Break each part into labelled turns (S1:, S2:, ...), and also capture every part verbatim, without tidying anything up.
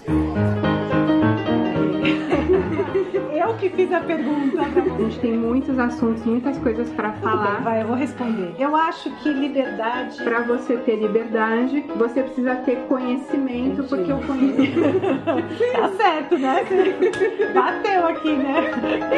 S1: Eu que fiz a pergunta.
S2: A gente tem muitos assuntos, muitas coisas para falar.
S1: Vai, eu vou responder. Eu acho que liberdade...
S2: Para você ter liberdade, você precisa ter conhecimento, Entendi. Porque o conhecimento...
S1: Tá certo, né? Bateu aqui, né?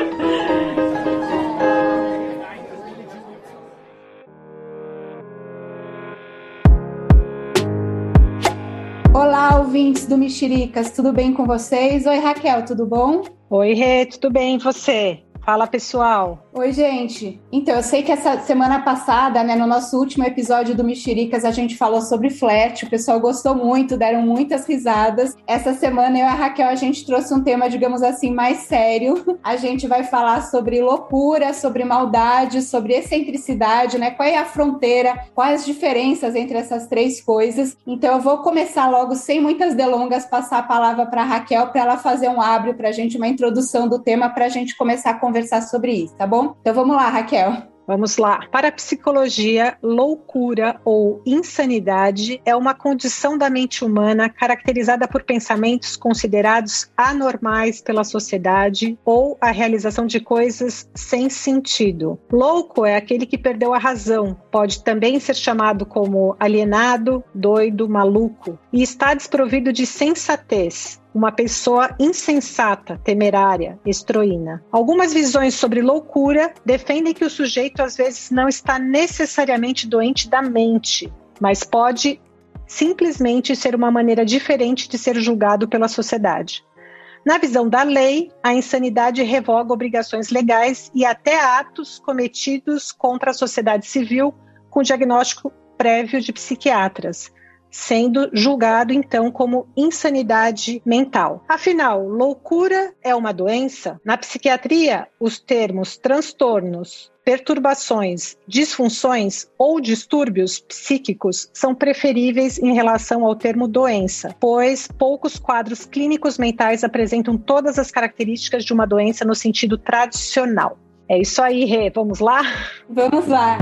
S1: Olá, ouvintes do Mexericas, tudo bem com vocês? Oi, Raquel, tudo bom?
S3: Oi, Rê, tudo bem, e você? Fala, pessoal.
S1: Oi, gente. Então, eu sei que essa semana passada, né, no nosso último episódio do Mexericas, a gente falou sobre flerte, o pessoal gostou muito, deram muitas risadas. Essa semana, eu e a Raquel, a gente trouxe um tema, digamos assim, mais sério. A gente vai falar sobre loucura, sobre maldade, sobre excentricidade, né? Qual é a fronteira, quais as diferenças entre essas três coisas. Então, eu vou começar logo, sem muitas delongas, passar a palavra para a Raquel, para ela fazer um abre para a gente, uma introdução do tema, para a gente começar a conversar sobre isso, tá bom? Então vamos lá, Raquel.
S3: Vamos lá. Para a psicologia, loucura ou insanidade é uma condição da mente humana caracterizada por pensamentos considerados anormais pela sociedade ou a realização de coisas sem sentido. Louco é aquele que perdeu a razão. Pode também ser chamado como alienado, doido, maluco e está desprovido de sensatez. Uma pessoa insensata, temerária, estroína. Algumas visões sobre loucura defendem que o sujeito às vezes não está necessariamente doente da mente, mas pode simplesmente ser uma maneira diferente de ser julgado pela sociedade. Na visão da lei, a insanidade revoga obrigações legais e até atos cometidos contra a sociedade civil com diagnóstico prévio de psiquiatras, sendo julgado, então, como insanidade mental. Afinal, loucura é uma doença? Na psiquiatria, os termos transtornos, perturbações, disfunções ou distúrbios psíquicos são preferíveis em relação ao termo doença, pois poucos quadros clínicos mentais apresentam todas as características de uma doença no sentido tradicional. É isso aí, Rê. Vamos lá?
S1: Vamos lá.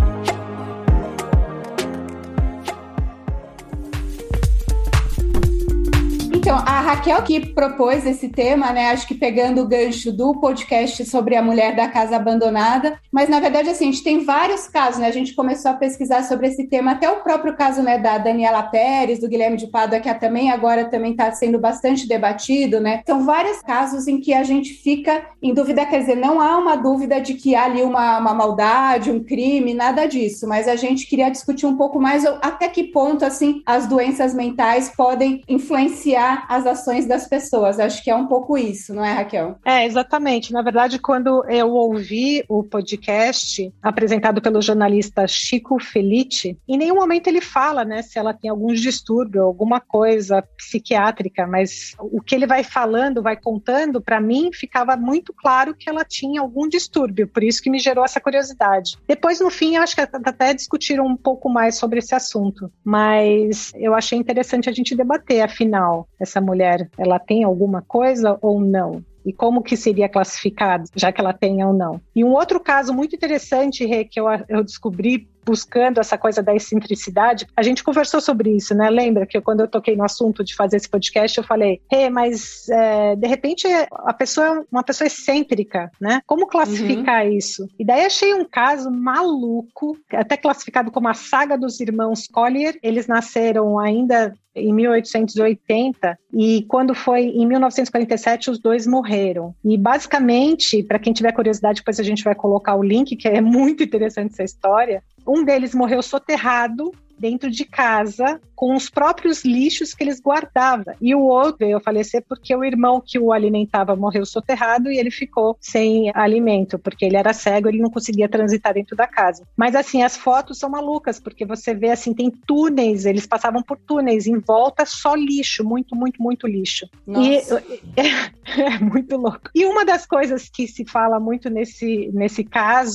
S1: Então, a Raquel que propôs esse tema, né, acho que pegando o gancho do podcast sobre a mulher da casa abandonada, mas na verdade, assim, a gente tem vários casos, né, a gente começou a pesquisar sobre esse tema, até o próprio caso, né, da Daniela Pérez, do Guilherme de Pádua, que também agora também está sendo bastante debatido, né, são vários casos em que a gente fica em dúvida, quer dizer, não há uma dúvida de que há ali uma, uma maldade, um crime, nada disso, mas a gente queria discutir um pouco mais até que ponto, assim, as doenças mentais podem influenciar as ações das pessoas. Acho que é um pouco isso, não é, Raquel?
S3: É, exatamente. Na verdade, quando eu ouvi o podcast apresentado pelo jornalista Chico Felitti, em nenhum momento ele fala, né, se ela tem algum distúrbio, alguma coisa psiquiátrica, mas o que ele vai falando, vai contando, para mim ficava muito claro que ela tinha algum distúrbio, por isso que me gerou essa curiosidade. Depois, no fim, eu acho que até discutiram um pouco mais sobre esse assunto, mas eu achei interessante a gente debater, afinal, essa mulher, ela tem alguma coisa ou não? E como que seria classificado, já que ela tem ou não? E um outro caso muito interessante, Rê, que eu, eu descobri buscando essa coisa da excentricidade, a gente conversou sobre isso, né? Lembra que eu, quando eu toquei no assunto de fazer esse podcast, eu falei, Rê, mas é, de repente a pessoa é uma pessoa excêntrica, né? Como classificar uhum. isso? E daí achei um caso maluco, até classificado como a saga dos irmãos Collier. Eles nasceram ainda em mil oitocentos e oitenta e quando foi em mil novecentos e quarenta e sete os dois morreram. E basicamente, para quem tiver curiosidade, depois a gente vai colocar o link, que é muito interessante essa história. Um deles morreu soterrado dentro de casa com os próprios lixos que eles guardavam. E o outro veio a falecer porque o irmão que o alimentava morreu soterrado e ele ficou sem alimento, porque ele era cego, ele não conseguia transitar dentro da casa. Mas assim, as fotos são malucas, porque você vê assim, tem túneis, eles passavam por túneis, em volta só lixo, muito, muito, muito lixo. Nossa. E é, é muito louco. E uma das coisas que se fala muito nesse, nesse caso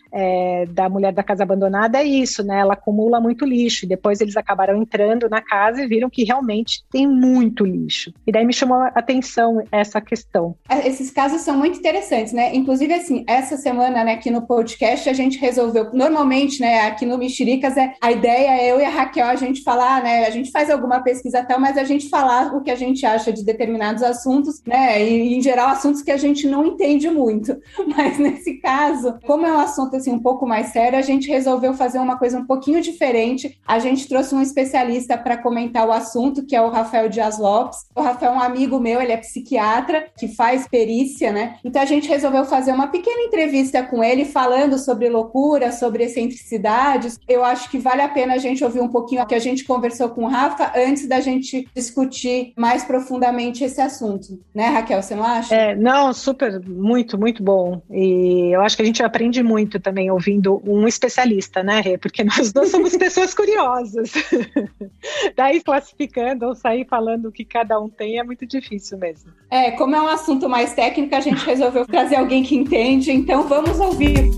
S3: é, da mulher da casa abandonada é isso, né? Ela acumula muito lixo e depois eles acabaram entrando na casa e viram que realmente tem muito lixo. E daí me chamou a atenção essa questão.
S1: Esses casos são muito interessantes, né? Inclusive, assim, essa semana, né, aqui no podcast, a gente resolveu, normalmente, né, aqui no Mexericas, é, a ideia é eu e a Raquel, a gente falar, né, a gente faz alguma pesquisa tal, mas a gente falar o que a gente acha de determinados assuntos, né, e, em geral, assuntos que a gente não entende muito. Mas, nesse caso, como é um assunto, assim, um pouco mais sério, a gente resolveu fazer uma coisa um pouquinho diferente. A gente trouxe um especialista para comentar o assunto, que é o Rafael Dias Lopes. O Rafael é um amigo meu, ele é psiquiatra, que faz perícia, né? Então, a gente resolveu fazer uma pequena entrevista com ele, falando sobre loucura, sobre excentricidades. Eu acho que vale a pena a gente ouvir um pouquinho o que a gente conversou com o Rafa antes da gente discutir mais profundamente esse assunto. Né, Raquel, você não acha?
S3: É, não, super, muito, muito bom. E eu acho que a gente aprende muito também ouvindo um especialista, né, Rê? Porque nós dois somos pessoas curiosas. Daí classificando ou sair falando o que cada um tem é muito difícil mesmo.
S1: É, como é um assunto mais técnico, a gente resolveu trazer alguém que entende, então vamos ouvir.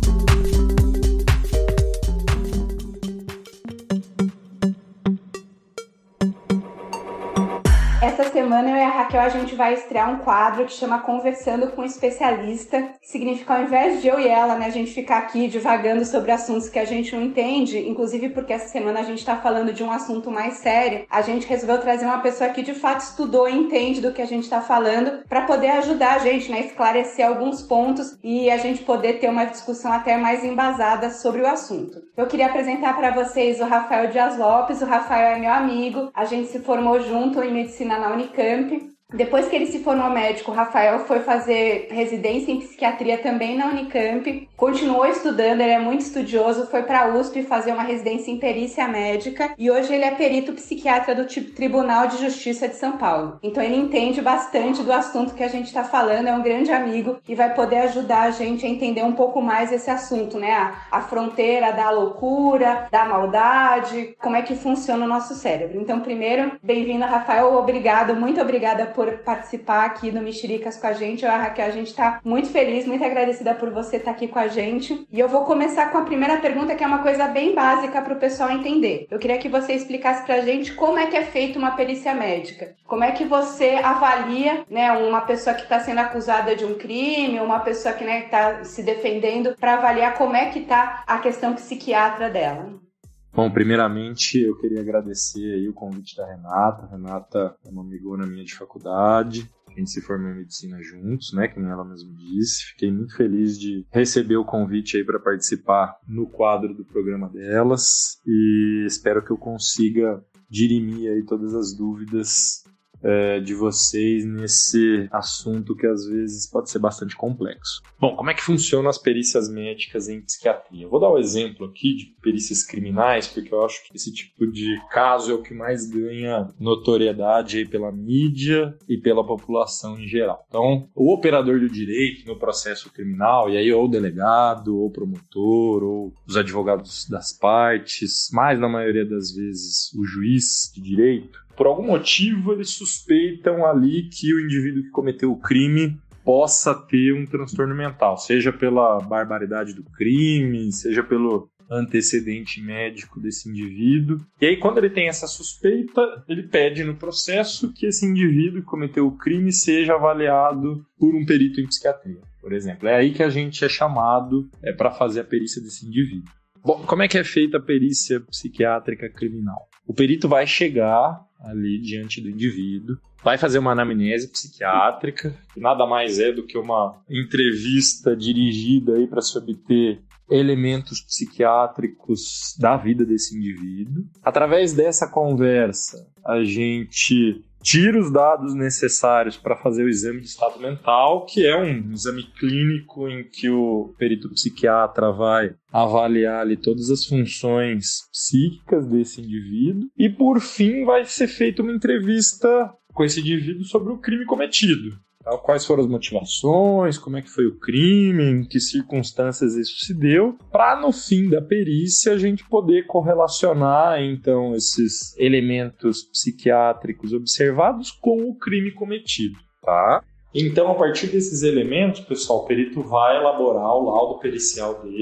S1: Essa semana eu e a Raquel, a gente vai estrear um quadro que chama Conversando com um Especialista, que significa, ao invés de eu e ela, né, a gente ficar aqui divagando sobre assuntos que a gente não entende, inclusive porque essa semana a gente está falando de um assunto mais sério, a gente resolveu trazer uma pessoa que de fato estudou e entende do que a gente está falando, para poder ajudar a gente, né, esclarecer alguns pontos e a gente poder ter uma discussão até mais embasada sobre o assunto. Eu queria apresentar para vocês o Rafael Dias Lopes. O Rafael é meu amigo, a gente se formou junto em medicina na Unicamp. Depois que ele se formou médico, o Rafael foi fazer residência em psiquiatria também na Unicamp, continuou estudando, ele é muito estudioso, foi para a U S P fazer uma residência em perícia médica e hoje ele é perito psiquiatra do Tribunal de Justiça de São Paulo. Então ele entende bastante do assunto que a gente está falando, é um grande amigo e vai poder ajudar a gente a entender um pouco mais esse assunto, né? A, a fronteira da loucura, da maldade, como é que funciona o nosso cérebro. Então, primeiro, bem-vindo, Rafael, obrigado, muito obrigada por por participar aqui do Mexericas com a gente. Eu e a Raquel, a gente está muito feliz, muito agradecida por você estar aqui com a gente. E eu vou começar com a primeira pergunta, que é uma coisa bem básica para o pessoal entender. Eu queria que você explicasse para a gente como é que é feita uma perícia médica. Como é que você avalia, né, uma pessoa que está sendo acusada de um crime, uma pessoa que está se defendendo, para avaliar como é que está a questão psiquiatra dela.
S4: Bom, primeiramente eu queria agradecer aí o convite da Renata. A Renata é uma amigona minha de faculdade, a gente se formou em medicina juntos, né, como ela mesma disse. Fiquei muito feliz de receber o convite aí para participar no quadro do programa delas e espero que eu consiga dirimir aí todas as dúvidas É, de vocês nesse assunto que às vezes pode ser bastante complexo. Bom, como é que funcionam as perícias médicas em psiquiatria? Eu vou dar um exemplo aqui de perícias criminais, porque eu acho que esse tipo de caso é o que mais ganha notoriedade aí pela mídia e pela população em geral. Então, o operador do direito no processo criminal, e aí ou o delegado, ou o promotor, ou os advogados das partes, mas na maioria das vezes o juiz de direito, por algum motivo, eles suspeitam ali que o indivíduo que cometeu o crime possa ter um transtorno mental, seja pela barbaridade do crime, seja pelo antecedente médico desse indivíduo. E aí, quando ele tem essa suspeita, ele pede no processo que esse indivíduo que cometeu o crime seja avaliado por um perito em psiquiatria, por exemplo. É aí que a gente é chamado é, para fazer a perícia desse indivíduo. Bom, como é que é feita a perícia psiquiátrica criminal? O perito vai chegar ali diante do indivíduo, vai fazer uma anamnese psiquiátrica, que nada mais é do que uma entrevista dirigida aí para se obter elementos psiquiátricos da vida desse indivíduo. Através dessa conversa, a gente tira os dados necessários para fazer o exame de estado mental, que é um exame clínico em que o perito psiquiatra vai avaliar ali todas as funções psíquicas desse indivíduo e, por fim, vai ser feita uma entrevista com esse indivíduo sobre o crime cometido. Então, quais foram as motivações, como é que foi o crime, em que circunstâncias isso se deu, para no fim da perícia a gente poder correlacionar então esses elementos psiquiátricos observados com o crime cometido, tá? Então, a partir desses elementos, pessoal, o perito vai elaborar o laudo pericial dele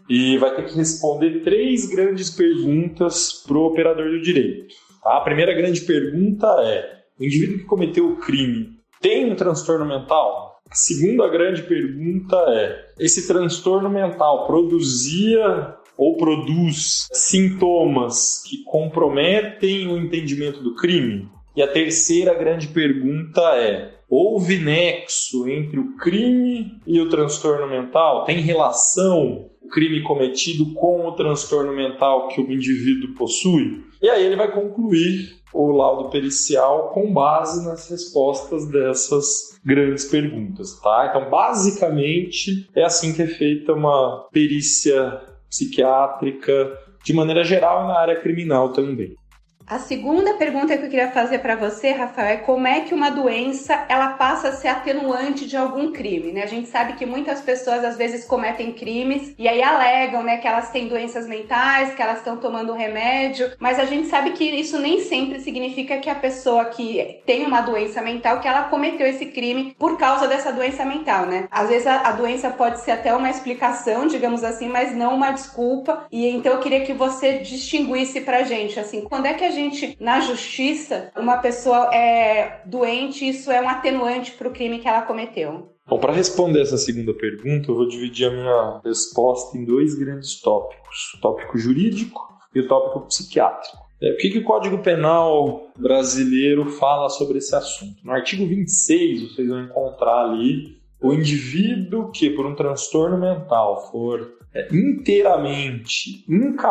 S4: e vai ter que responder três grandes perguntas para o operador do direito. Tá? A primeira grande pergunta é: o indivíduo que cometeu o crime tem um transtorno mental? A segunda grande pergunta é: esse transtorno mental produzia ou produz sintomas que comprometem o entendimento do crime? E a terceira grande pergunta é: houve nexo entre o crime e o transtorno mental? Tem relação o crime cometido com o transtorno mental que o indivíduo possui? E aí ele vai concluir o laudo pericial com base nas respostas dessas grandes perguntas, tá? Então, basicamente, é assim que é feita uma perícia psiquiátrica, de maneira geral, e na área criminal também.
S1: A segunda pergunta que eu queria fazer para você, Rafael, é como é que uma doença ela passa a ser atenuante de algum crime, né? A gente sabe que muitas pessoas às vezes cometem crimes e aí alegam, né, que elas têm doenças mentais, que elas estão tomando remédio, mas a gente sabe que isso nem sempre significa que a pessoa que tem uma doença mental, que ela cometeu esse crime por causa dessa doença mental, né? Às vezes a, a doença pode ser até uma explicação, digamos assim, mas não uma desculpa. E então eu queria que você distinguisse pra gente, assim, quando é que a gente Gente, na justiça, uma pessoa é doente, isso é um atenuante para o crime que ela cometeu?
S4: Bom, para responder essa segunda pergunta, eu vou dividir a minha resposta em dois grandes tópicos: o tópico jurídico e o tópico psiquiátrico. É, o que, que o Código Penal brasileiro fala sobre esse assunto? No artigo vinte e seis, vocês vão encontrar ali o indivíduo que, por um transtorno mental, for é, inteiramente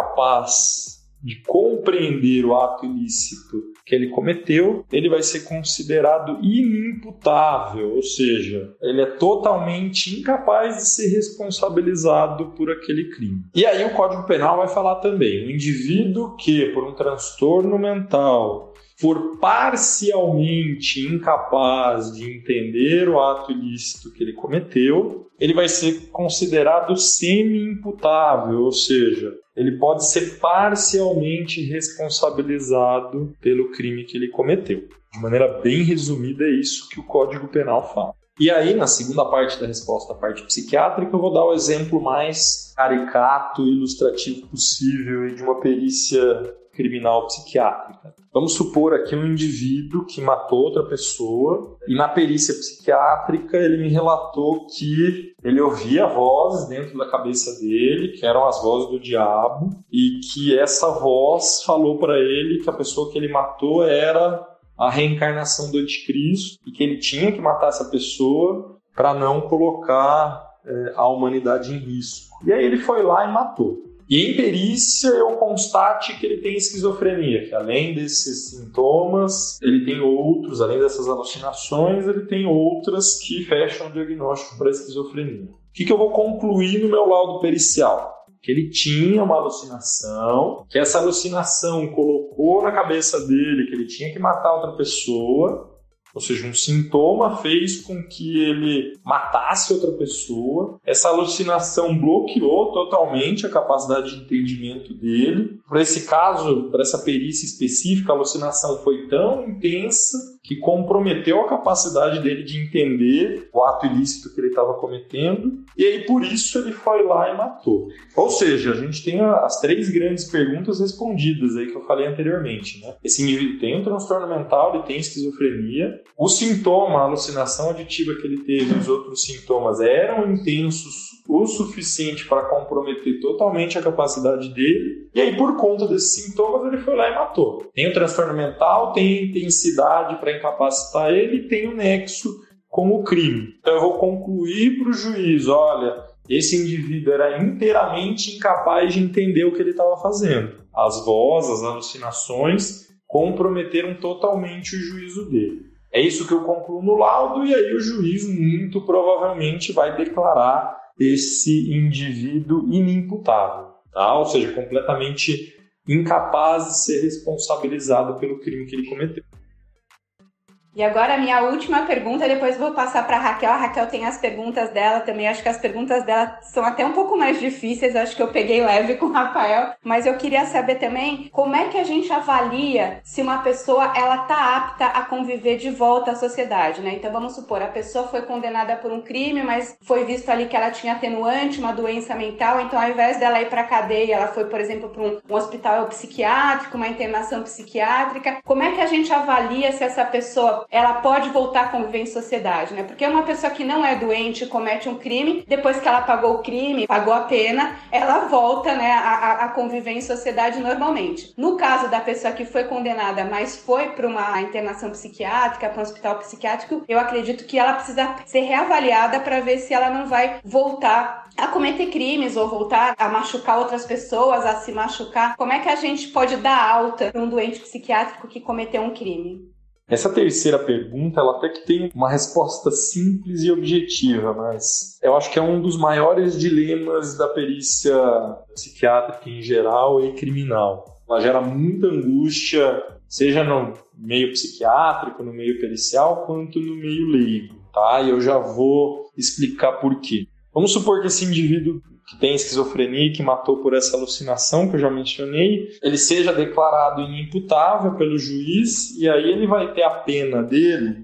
S4: incapaz de compreender o ato ilícito que ele cometeu, ele vai ser considerado inimputável, ou seja, ele é totalmente incapaz de ser responsabilizado por aquele crime. E aí o Código Penal vai falar também: o indivíduo que, por um transtorno mental, for parcialmente incapaz de entender o ato ilícito que ele cometeu, ele vai ser considerado semi-imputável, ou seja, ele pode ser parcialmente responsabilizado pelo crime que ele cometeu. De maneira bem resumida, é isso que o Código Penal fala. E aí, na segunda parte da resposta, a parte psiquiátrica, eu vou dar o exemplo mais caricato e ilustrativo possível de uma perícia criminal psiquiátrica. Vamos supor aqui um indivíduo que matou outra pessoa e na perícia psiquiátrica ele me relatou que ele ouvia vozes dentro da cabeça dele, que eram as vozes do diabo, e que essa voz falou para ele que a pessoa que ele matou era a reencarnação do anticristo e que ele tinha que matar essa pessoa para não colocar é, a humanidade em risco. E aí ele foi lá e matou. E em perícia eu constate que ele tem esquizofrenia, que além desses sintomas, ele tem outros, além dessas alucinações, ele tem outras que fecham o diagnóstico para esquizofrenia. O que, que eu vou concluir no meu laudo pericial? Que ele tinha uma alucinação, que essa alucinação colocou na cabeça dele que ele tinha que matar outra pessoa, ou seja, um sintoma fez com que ele matasse outra pessoa. Essa alucinação bloqueou totalmente a capacidade de entendimento dele. Para esse caso, para essa perícia específica, a alucinação foi tão intensa que comprometeu a capacidade dele de entender o ato ilícito que ele estava cometendo. E aí, por isso, ele foi lá e matou. Ou seja, a gente tem as três grandes perguntas respondidas aí que eu falei anteriormente, né? Esse indivíduo tem um transtorno mental, ele tem esquizofrenia. O sintoma, a alucinação aditiva que ele teve e os outros sintomas eram intensos o suficiente para comprometer totalmente a capacidade dele. E aí, por conta desses sintomas, ele foi lá e matou. Tem o transtorno mental, tem intensidade para incapacitar ele e tem o nexo com o crime. Então eu vou concluir para o juiz: olha, esse indivíduo era inteiramente incapaz de entender o que ele estava fazendo. As vozes, as alucinações comprometeram totalmente o juízo dele. É isso que eu concluo no laudo, e aí o juiz muito provavelmente vai declarar esse indivíduo inimputável, tá? Ou seja, completamente incapaz de ser responsabilizado pelo crime que ele cometeu.
S1: E agora a minha última pergunta, depois vou passar para a Raquel. A Raquel tem as perguntas dela também, acho que as perguntas dela são até um pouco mais difíceis, acho que eu peguei leve com o Rafael, mas eu queria saber também como é que a gente avalia se uma pessoa ela tá apta a conviver de volta à sociedade, né? Então vamos supor, a pessoa foi condenada por um crime, mas foi visto ali que ela tinha atenuante, uma doença mental, então ao invés dela ir para a cadeia, ela foi, por exemplo, para um, um hospital psiquiátrico, uma internação psiquiátrica. Como é que a gente avalia se essa pessoa ela pode voltar a conviver em sociedade, né? Porque uma pessoa que não é doente comete um crime, depois que ela pagou o crime, pagou a pena, ela volta, né, a, a conviver em sociedade normalmente. No caso da pessoa que foi condenada, mas foi para uma internação psiquiátrica, para um hospital psiquiátrico, eu acredito que ela precisa ser reavaliada para ver se ela não vai voltar a cometer crimes ou voltar a machucar outras pessoas, a se machucar. Como é que a gente pode dar alta para um doente psiquiátrico que cometeu um crime?
S4: Essa terceira pergunta, ela até que tem uma resposta simples e objetiva, mas eu acho que é um dos maiores dilemas da perícia psiquiátrica em geral e criminal. Ela gera muita angústia, seja no meio psiquiátrico, no meio pericial, quanto no meio leigo, tá? E eu já vou explicar por quê. Vamos supor que esse indivíduo que tem esquizofrenia e que matou por essa alucinação que eu já mencionei, ele seja declarado inimputável pelo juiz e aí ele vai ter a pena dele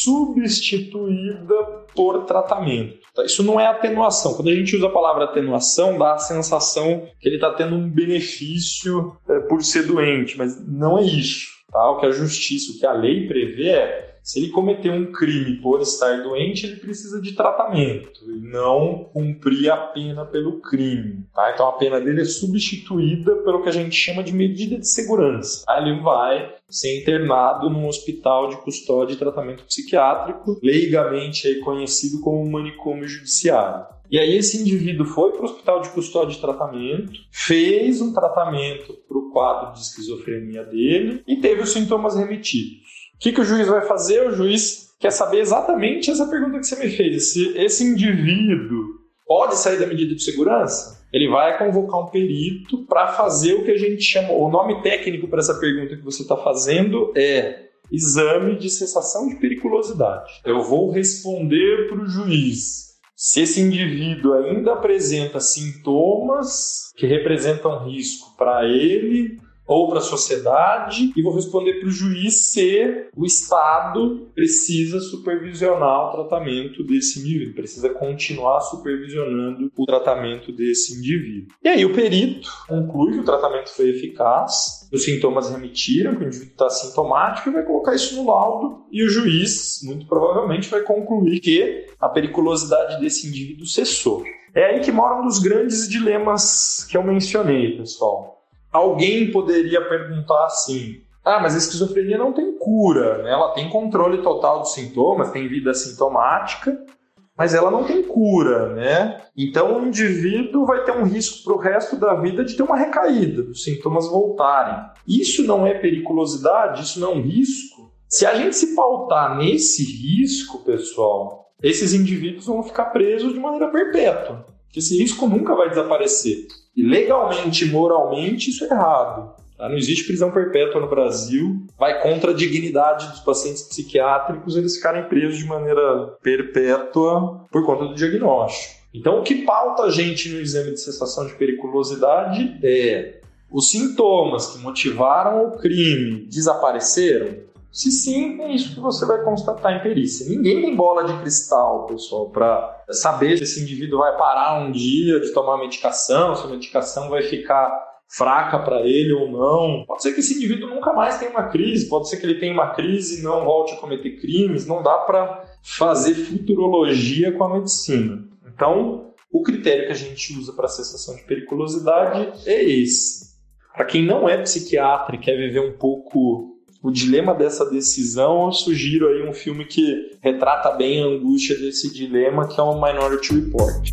S4: substituída por tratamento. Isso não é atenuação. Quando a gente usa a palavra atenuação, dá a sensação que ele está tendo um benefício é, por ser doente, mas não é isso. Tá? O que a justiça, o que a lei prevê é se ele cometeu um crime por estar doente, ele precisa de tratamento e não cumprir a pena pelo crime. Tá? Então a pena dele é substituída pelo que a gente chama de medida de segurança. Tá? Ele vai ser internado num hospital de custódia e tratamento psiquiátrico, leigamente aí conhecido como manicômio judiciário. E aí esse indivíduo foi para o hospital de custódia e tratamento, fez um tratamento para o quadro de esquizofrenia dele e teve os sintomas remitidos. O que, que o juiz vai fazer? O juiz quer saber exatamente essa pergunta que você me fez. Se esse indivíduo pode sair da medida de segurança, ele vai convocar um perito para fazer o que a gente chama... O nome técnico para essa pergunta que você está fazendo é exame de cessação de periculosidade. Eu vou responder para o juiz se esse indivíduo ainda apresenta sintomas que representam risco para ele ou para a sociedade, e vou responder para o juiz se o Estado precisa supervisionar o tratamento desse indivíduo, precisa continuar supervisionando o tratamento desse indivíduo. E aí o perito conclui que o tratamento foi eficaz, os sintomas remitiram, que o indivíduo está sintomático, e vai colocar isso no laudo, e o juiz, muito provavelmente, vai concluir que a periculosidade desse indivíduo cessou. É aí que mora um dos grandes dilemas que eu mencionei, pessoal. Alguém poderia perguntar assim, ah, mas a esquizofrenia não tem cura, né? Ela tem controle total dos sintomas, tem vida sintomática, mas ela não tem cura, né? Então o indivíduo vai ter um risco para o resto da vida de ter uma recaída, dos sintomas voltarem. Isso não é periculosidade? Isso não é um risco? Se a gente se pautar nesse risco, pessoal, esses indivíduos vão ficar presos de maneira perpétua, porque esse risco nunca vai desaparecer. E legalmente e moralmente isso é errado. Tá? Não existe prisão perpétua no Brasil. Vai contra a dignidade dos pacientes psiquiátricos eles ficarem presos de maneira perpétua por conta do diagnóstico. Então o que pauta a gente no exame de cessação de periculosidade é os sintomas que motivaram o crime desapareceram? Se sim, é isso que você vai constatar em perícia. Ninguém tem bola de cristal, pessoal, para saber se esse indivíduo vai parar um dia de tomar medicação, se a medicação vai ficar fraca para ele ou não. Pode ser que esse indivíduo nunca mais tenha uma crise, pode ser que ele tenha uma crise e não volte a cometer crimes. Não dá para fazer futurologia com a medicina. Então, o critério que a gente usa para a cessação de periculosidade é esse. Para quem não é psiquiatra e quer viver um pouco o dilema dessa decisão, eu sugiro aí um filme que retrata bem a angústia desse dilema, que é o Minority Report.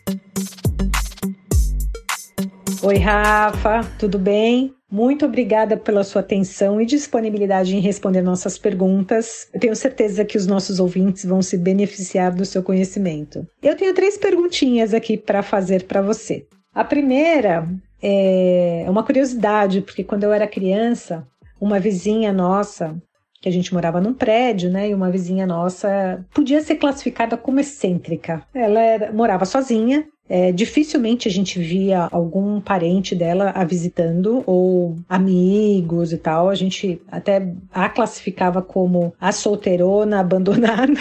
S3: Oi, Rafa, tudo bem? Muito obrigada pela sua atenção e disponibilidade em responder nossas perguntas. Eu tenho certeza que os nossos ouvintes vão se beneficiar do seu conhecimento. Eu tenho três perguntinhas aqui para fazer para você. A primeira é uma curiosidade, porque quando eu era criança, uma vizinha nossa que a gente morava num prédio, né, e uma vizinha nossa podia ser classificada como excêntrica. Ela era, morava sozinha. É, dificilmente a gente via algum parente dela a visitando ou amigos e tal. A gente até a classificava como a solteirona abandonada.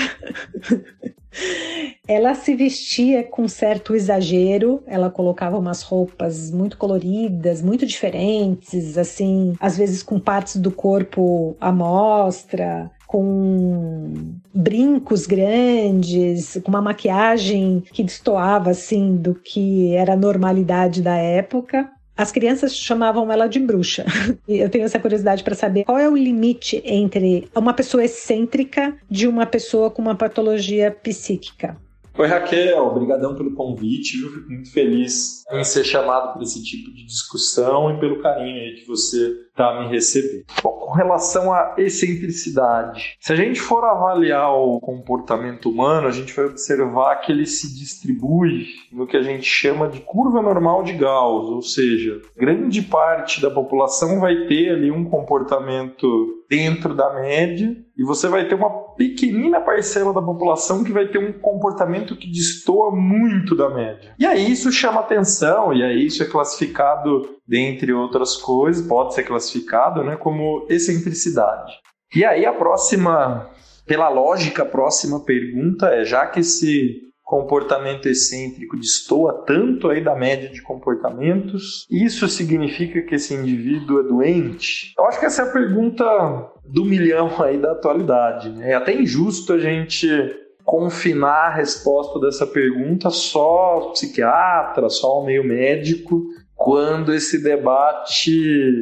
S3: Ela se vestia com certo exagero, ela colocava umas roupas muito coloridas, muito diferentes, assim, às vezes com partes do corpo à mostra, com brincos grandes, com uma maquiagem que destoava, assim, do que era a normalidade da época. As crianças chamavam ela de bruxa. E eu tenho essa curiosidade para saber qual é o limite entre uma pessoa excêntrica de uma pessoa com uma patologia psíquica.
S4: Oi, Raquel, obrigadão pelo convite. Eu fico muito feliz em ser chamado para esse tipo de discussão e pelo carinho aí que você está me recebendo. Bom, com relação à excentricidade, se a gente for avaliar o comportamento humano, a gente vai observar que ele se distribui no que a gente chama de curva normal de Gauss, ou seja, grande parte da população vai ter ali um comportamento dentro da média e você vai ter uma pequenina parcela da população que vai ter um comportamento que destoa muito da média. E aí isso chama atenção, e aí isso é classificado, dentre outras coisas, pode ser classificado, né, como excentricidade. E aí a próxima, pela lógica, a próxima pergunta é, já que esse comportamento excêntrico destoa tanto aí da média de comportamentos, isso significa que esse indivíduo é doente? Eu acho que essa é a pergunta do milhão aí da atualidade, né? É até injusto a gente confinar a resposta dessa pergunta só ao psiquiatra, só ao meio médico, quando esse debate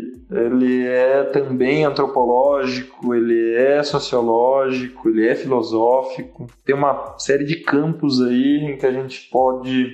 S4: ele é também antropológico, ele é sociológico, ele é filosófico. Tem uma série de campos aí em que a gente pode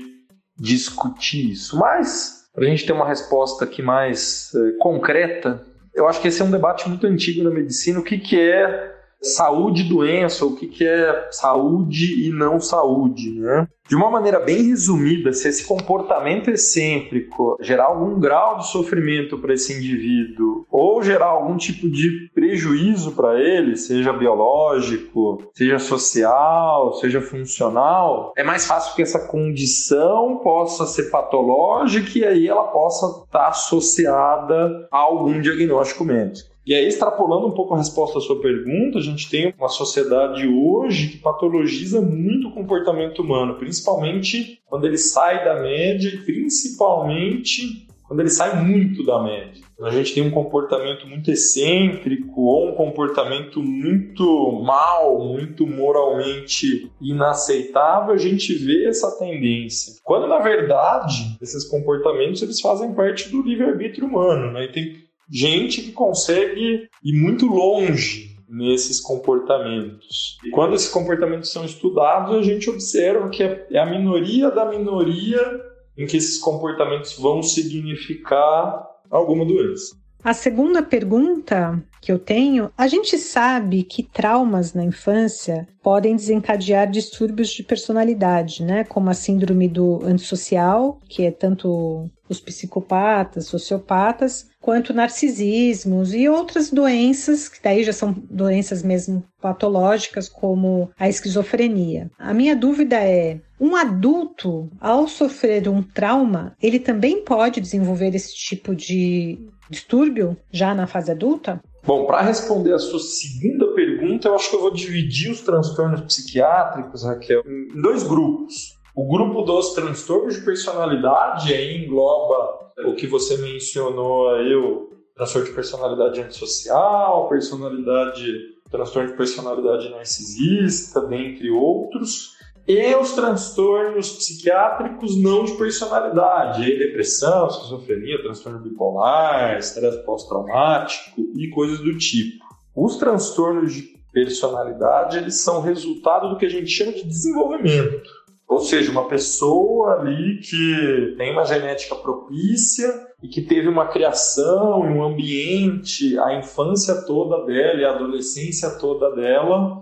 S4: discutir isso. Mas, para a gente ter uma resposta aqui mais é, concreta, eu acho que esse é um debate muito antigo na medicina. O que, que é saúde e doença, o que, que é saúde e não saúde, né? De uma maneira bem resumida, se esse comportamento excêntrico gerar algum grau de sofrimento para esse indivíduo ou gerar algum tipo de prejuízo para ele, seja biológico, seja social, seja funcional, é mais fácil que essa condição possa ser patológica e aí ela possa estar associada a algum diagnóstico médico. E aí, extrapolando um pouco a resposta à sua pergunta, a gente tem uma sociedade hoje que patologiza muito o comportamento humano, principalmente quando ele sai da média e principalmente quando ele sai muito da média. Quando a gente tem um comportamento muito excêntrico ou um comportamento muito mal, muito moralmente inaceitável, a gente vê essa tendência. Quando, na verdade, esses comportamentos eles fazem parte do livre-arbítrio humano, né? E tem gente que consegue ir muito longe nesses comportamentos. E quando esses comportamentos são estudados, a gente observa que é a minoria da minoria em que esses comportamentos vão significar alguma doença.
S3: A segunda pergunta que eu tenho, a gente sabe que traumas na infância podem desencadear distúrbios de personalidade, né? Como a síndrome do antissocial, que é tanto os psicopatas, sociopatas, quanto narcisismos e outras doenças, que daí já são doenças mesmo patológicas, como a esquizofrenia. A minha dúvida é, um adulto, ao sofrer um trauma, ele também pode desenvolver esse tipo de distúrbio já na fase adulta?
S4: Bom, para responder a sua segunda pergunta, eu acho que eu vou dividir os transtornos psiquiátricos, Raquel, em dois grupos. O grupo dos transtornos de personalidade aí engloba o que você mencionou aí, o transtorno de personalidade antissocial, personalidade, transtorno de personalidade narcisista, dentre outros, e os transtornos psiquiátricos não de personalidade, aí depressão, esquizofrenia, transtorno bipolar, estresse pós-traumático e coisas do tipo. Os transtornos de personalidade, eles são resultado do que a gente chama de desenvolvimento. Ou seja, uma pessoa ali que tem uma genética propícia e que teve uma criação, um ambiente, a infância toda dela e a adolescência toda dela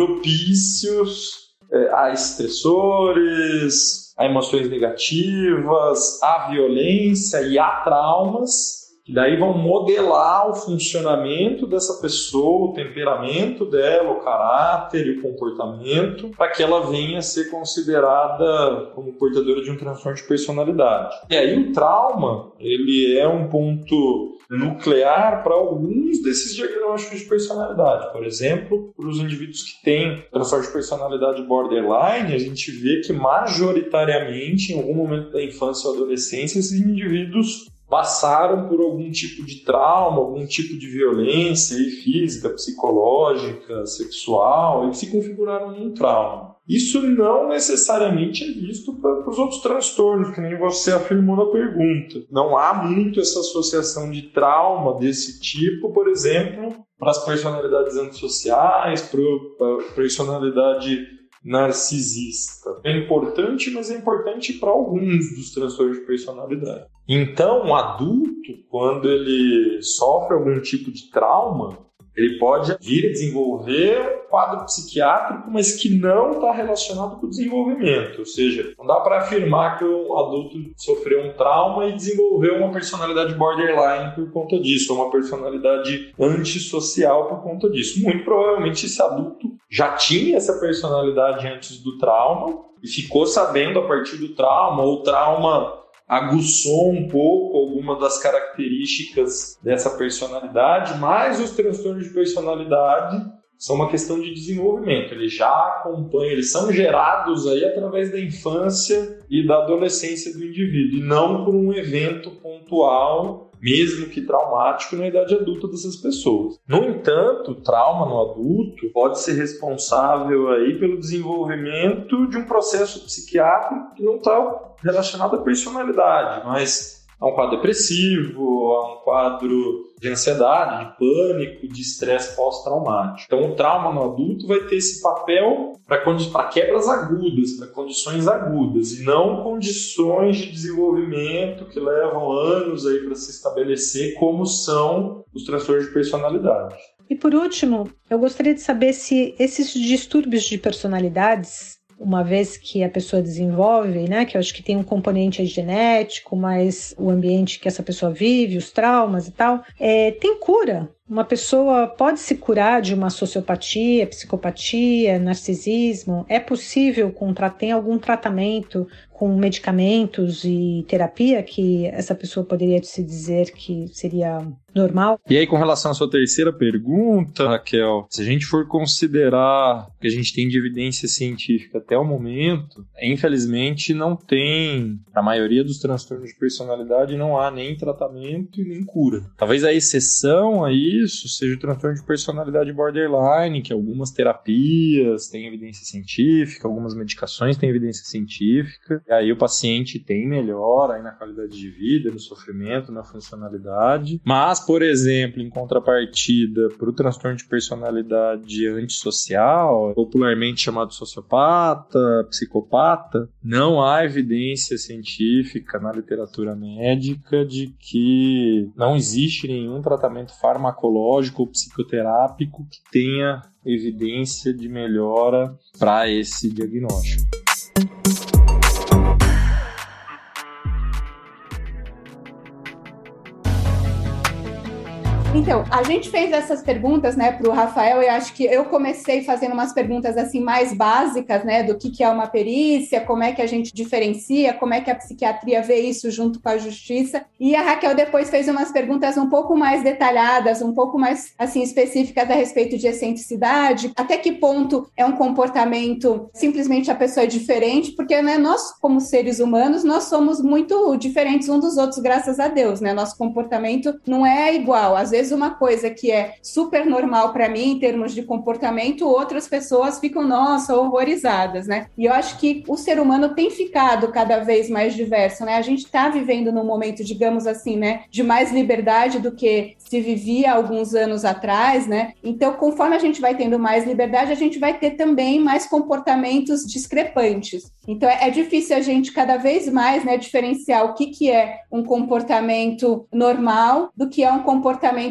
S4: propícios é, a estressores, a emoções negativas, a violência e a traumas. que daí vão modelar o funcionamento dessa pessoa, o temperamento dela, o caráter e o comportamento, para que ela venha a ser considerada como portadora de um transtorno de personalidade. E aí o trauma, ele é um ponto nuclear para alguns desses diagnósticos de personalidade. Por exemplo, para os indivíduos que têm transtorno de personalidade borderline, a gente vê que majoritariamente, em algum momento da infância ou adolescência, esses indivíduos passaram por algum tipo de trauma, algum tipo de violência aí, física, psicológica, sexual, e se configuraram num trauma. Isso não necessariamente é visto para os outros transtornos, que nem você afirmou na pergunta. Não há muito essa associação de trauma desse tipo, por exemplo, para as personalidades antissociais, para a personalidade narcisista. É importante, mas é importante para alguns dos transtornos de personalidade. Então, o adulto, quando ele sofre algum tipo de trauma, ele pode vir a desenvolver um quadro psiquiátrico, mas que não está relacionado com o desenvolvimento. Ou seja, não dá para afirmar que o adulto sofreu um trauma e desenvolveu uma personalidade borderline por conta disso, ou uma personalidade antissocial por conta disso. Muito provavelmente esse adulto já tinha essa personalidade antes do trauma e ficou sabendo a partir do trauma, ou o trauma aguçou um pouco alguma das características dessa personalidade, mas os transtornos de personalidade são uma questão de desenvolvimento. Eles já acompanham, eles são gerados aí através da infância e da adolescência do indivíduo, e não por um evento pontual, mesmo que traumático, na idade adulta dessas pessoas. No entanto, o trauma no adulto pode ser responsável aí pelo desenvolvimento de um processo psiquiátrico que não está relacionado à personalidade, mas a um quadro depressivo, a um quadro de ansiedade, de pânico, de estresse pós-traumático. Então, o trauma no adulto vai ter esse papel para quebras agudas, para condições agudas, e não condições de desenvolvimento que levam anos aí para se estabelecer, como são os transtornos de personalidade.
S3: E por último, eu gostaria de saber se esses distúrbios de personalidades, uma vez que a pessoa desenvolve, né, que eu acho que tem um componente genético, mas o ambiente que essa pessoa vive, os traumas e tal, é, tem cura. Uma pessoa pode se curar de uma sociopatia, psicopatia, narcisismo? É possível, contra, tem algum tratamento com medicamentos e terapia que essa pessoa poderia se dizer que seria normal?
S4: E aí, com relação à sua terceira pergunta, Raquel, se a gente for considerar o que a gente tem de evidência científica até o momento, infelizmente não tem, a maioria dos transtornos de personalidade não há nem tratamento e nem cura. Talvez a exceção a isso seja o transtorno de personalidade borderline, que algumas terapias têm evidência científica, algumas medicações têm evidência científica, e aí o paciente tem melhora aí na qualidade de vida, no sofrimento, na funcionalidade. Mas, por exemplo, em contrapartida para o transtorno de personalidade antissocial, popularmente chamado sociopata, psicopata, não há evidência científica na literatura médica de que não existe nenhum tratamento farmacológico ou psicoterápico que tenha evidência de melhora para esse diagnóstico.
S1: Então, a gente fez essas perguntas, né, para o Rafael, e acho que eu comecei fazendo umas perguntas assim mais básicas, né, do que, que é uma perícia, como é que a gente diferencia, como é que a psiquiatria vê isso junto com a justiça, e a Raquel depois fez umas perguntas um pouco mais detalhadas, um pouco mais, assim, específicas a respeito de excentricidade, até que ponto é um comportamento, simplesmente a pessoa é diferente, porque, né, nós, como seres humanos, nós somos muito diferentes uns dos outros, graças a Deus, né, nosso comportamento não é igual, às vezes uma coisa que é super normal para mim em termos de comportamento, outras pessoas ficam, nossa, horrorizadas, né? E eu acho que o ser humano tem ficado cada vez mais diverso, né? A gente está vivendo num momento, digamos assim, né, de mais liberdade do que se vivia alguns anos atrás, né? Então, conforme a gente vai tendo mais liberdade, a gente vai ter também mais comportamentos discrepantes. Então, é difícil a gente cada vez mais, né, diferenciar o que, que é um comportamento normal do que é um comportamento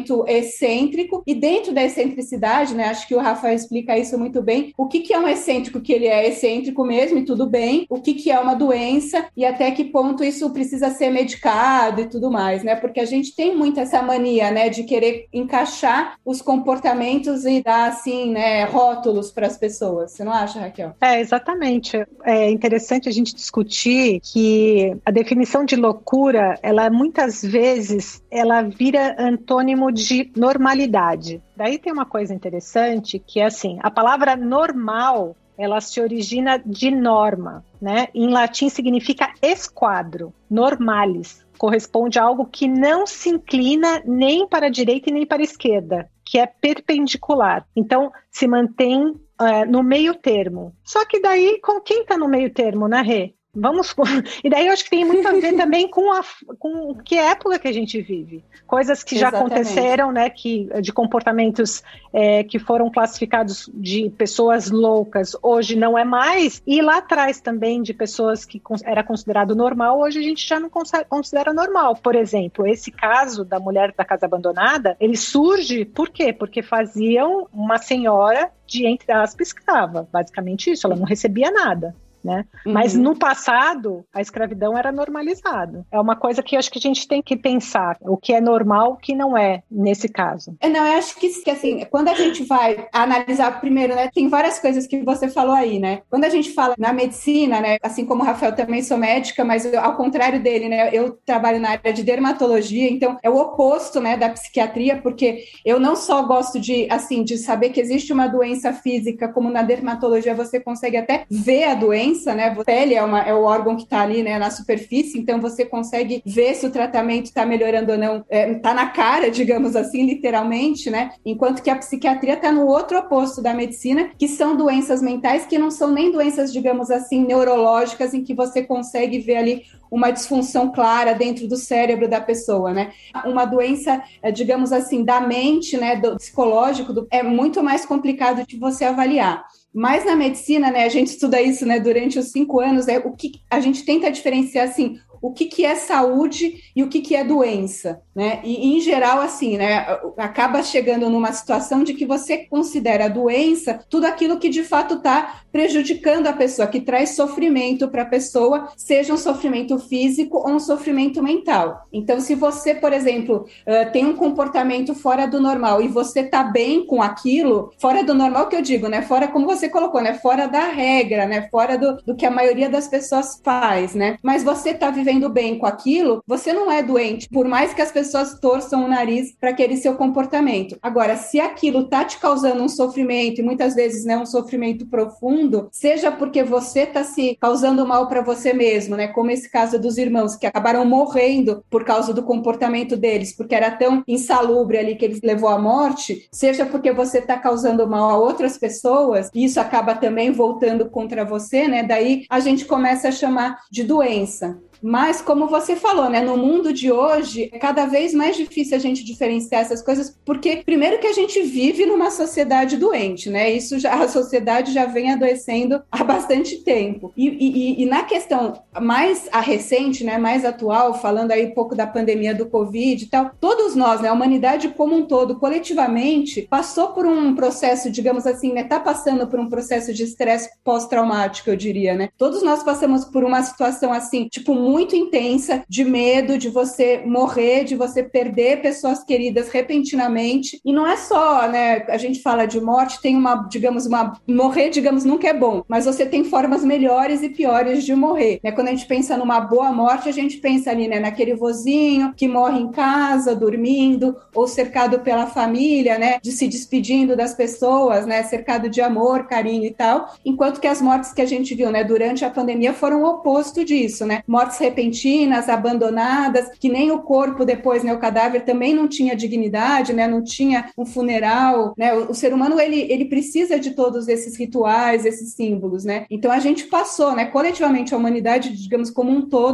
S1: comportamento excêntrico, e dentro da excentricidade, né, acho que o Rafael explica isso muito bem, o que, que é um excêntrico, que ele é excêntrico mesmo e tudo bem, o que, que é uma doença e até que ponto isso precisa ser medicado e tudo mais, né, porque a gente tem muito essa mania, né, de querer encaixar os comportamentos e dar, assim, né, rótulos para as pessoas. Você não acha, Raquel?
S3: É, exatamente. É interessante a gente discutir que a definição de loucura, ela muitas vezes, ela vira antônimo de normalidade. Daí tem uma coisa interessante que é assim, a palavra normal, ela se origina de norma, né? Em latim significa esquadro, normalis. Corresponde a algo que não se inclina nem para a direita e nem para a esquerda, que é perpendicular. Então, se mantém é, no meio termo. Só que daí, com quem está no meio termo, né, Rê? Vamos... E daí eu acho que tem muito a ver também com, a, com que época que a gente vive. Coisas que já Exatamente. aconteceram, né, que, de comportamentos é, que foram classificados de pessoas loucas, hoje não é mais. E lá atrás também de pessoas que era considerado normal, hoje a gente já não considera normal. Por exemplo, esse caso da mulher da casa abandonada, ele surge por quê? Porque faziam uma senhora de, entre aspas, escrava. Basicamente isso, ela não recebia nada. Né? Uhum. Mas no passado a escravidão era normalizada. É uma coisa que eu acho que a gente tem que pensar o que é normal, o que não é nesse caso.
S1: É, não, eu acho que, que assim, quando a gente vai analisar primeiro, né, tem várias coisas que você falou aí, né? Quando a gente fala na medicina, né, assim como o Rafael, também sou médica, mas eu, ao contrário dele, né, eu trabalho na área de dermatologia, então é o oposto, né, da psiquiatria, porque eu não só gosto de, assim, de saber que existe uma doença física, como na dermatologia você consegue até ver a doença, né? A pele é, uma, é o órgão que está ali, né, na superfície, então você consegue ver se o tratamento está melhorando ou não, está é, na cara, digamos assim, literalmente, né? Enquanto que a psiquiatria está no outro oposto da medicina, que são doenças mentais que não são nem doenças, digamos assim, neurológicas, em que você consegue ver ali uma disfunção clara dentro do cérebro da pessoa, né? Uma doença, digamos assim, da mente, né, do psicológico, do, é muito mais complicado de você avaliar. Mas na medicina, né, a gente estuda isso, né, durante os cinco anos, é, o que a gente tenta diferenciar, assim, o que, que é saúde e o que, que é doença, né? E, em geral, assim, né, acaba chegando numa situação de que você considera a doença tudo aquilo que, de fato, está prejudicando a pessoa, que traz sofrimento para a pessoa, seja um sofrimento físico ou um sofrimento mental. Então, se você, por exemplo, uh, tem um comportamento fora do normal e você está bem com aquilo, fora do normal que eu digo, né? Fora, como você colocou, né? Fora da regra, né? Fora do, do que a maioria das pessoas faz, né? Mas você está vivendo bem com aquilo, você não é doente, por mais que as pessoas torçam o nariz para aquele seu comportamento. Agora, se aquilo está te causando um sofrimento, e muitas vezes, né, um sofrimento profundo, seja porque você está se causando mal para você mesmo, né, como esse caso dos irmãos que acabaram morrendo por causa do comportamento deles, porque era tão insalubre ali que eles levou à morte, seja porque você está causando mal a outras pessoas, e isso acaba também voltando contra você, né, daí a gente começa a chamar de doença. Mas, como você falou, né, no mundo de hoje, é cada vez mais difícil a gente diferenciar essas coisas, porque, primeiro, que a gente vive numa sociedade doente, né? Isso já, a sociedade já vem adoecendo há bastante tempo. E, e, e na questão mais a recente, né, mais atual, falando aí um pouco da pandemia do Covid e tal, todos nós, né, a humanidade como um todo, coletivamente, passou por um processo, digamos assim, né, tá passando por um processo de estresse pós-traumático, eu diria, né? Todos nós passamos por uma situação assim, tipo, muito muito intensa, de medo de você morrer, de você perder pessoas queridas repentinamente. E não é só, né, a gente fala de morte, tem uma, digamos, uma... Morrer, digamos, nunca é bom, mas você tem formas melhores e piores de morrer, né? Quando a gente pensa numa boa morte, a gente pensa ali, né, naquele vozinho que morre em casa, dormindo, ou cercado pela família, né, de se despedindo das pessoas, né, cercado de amor, carinho e tal, enquanto que as mortes que a gente viu, né, durante a pandemia foram o oposto disso, né? Mortes repentinas, abandonadas, que nem o corpo depois, né, o cadáver também não tinha dignidade, né, não tinha um funeral, né, o, o ser humano, ele, ele precisa de todos esses rituais, esses símbolos, né, então a gente passou, né, coletivamente a humanidade, digamos, como um todo,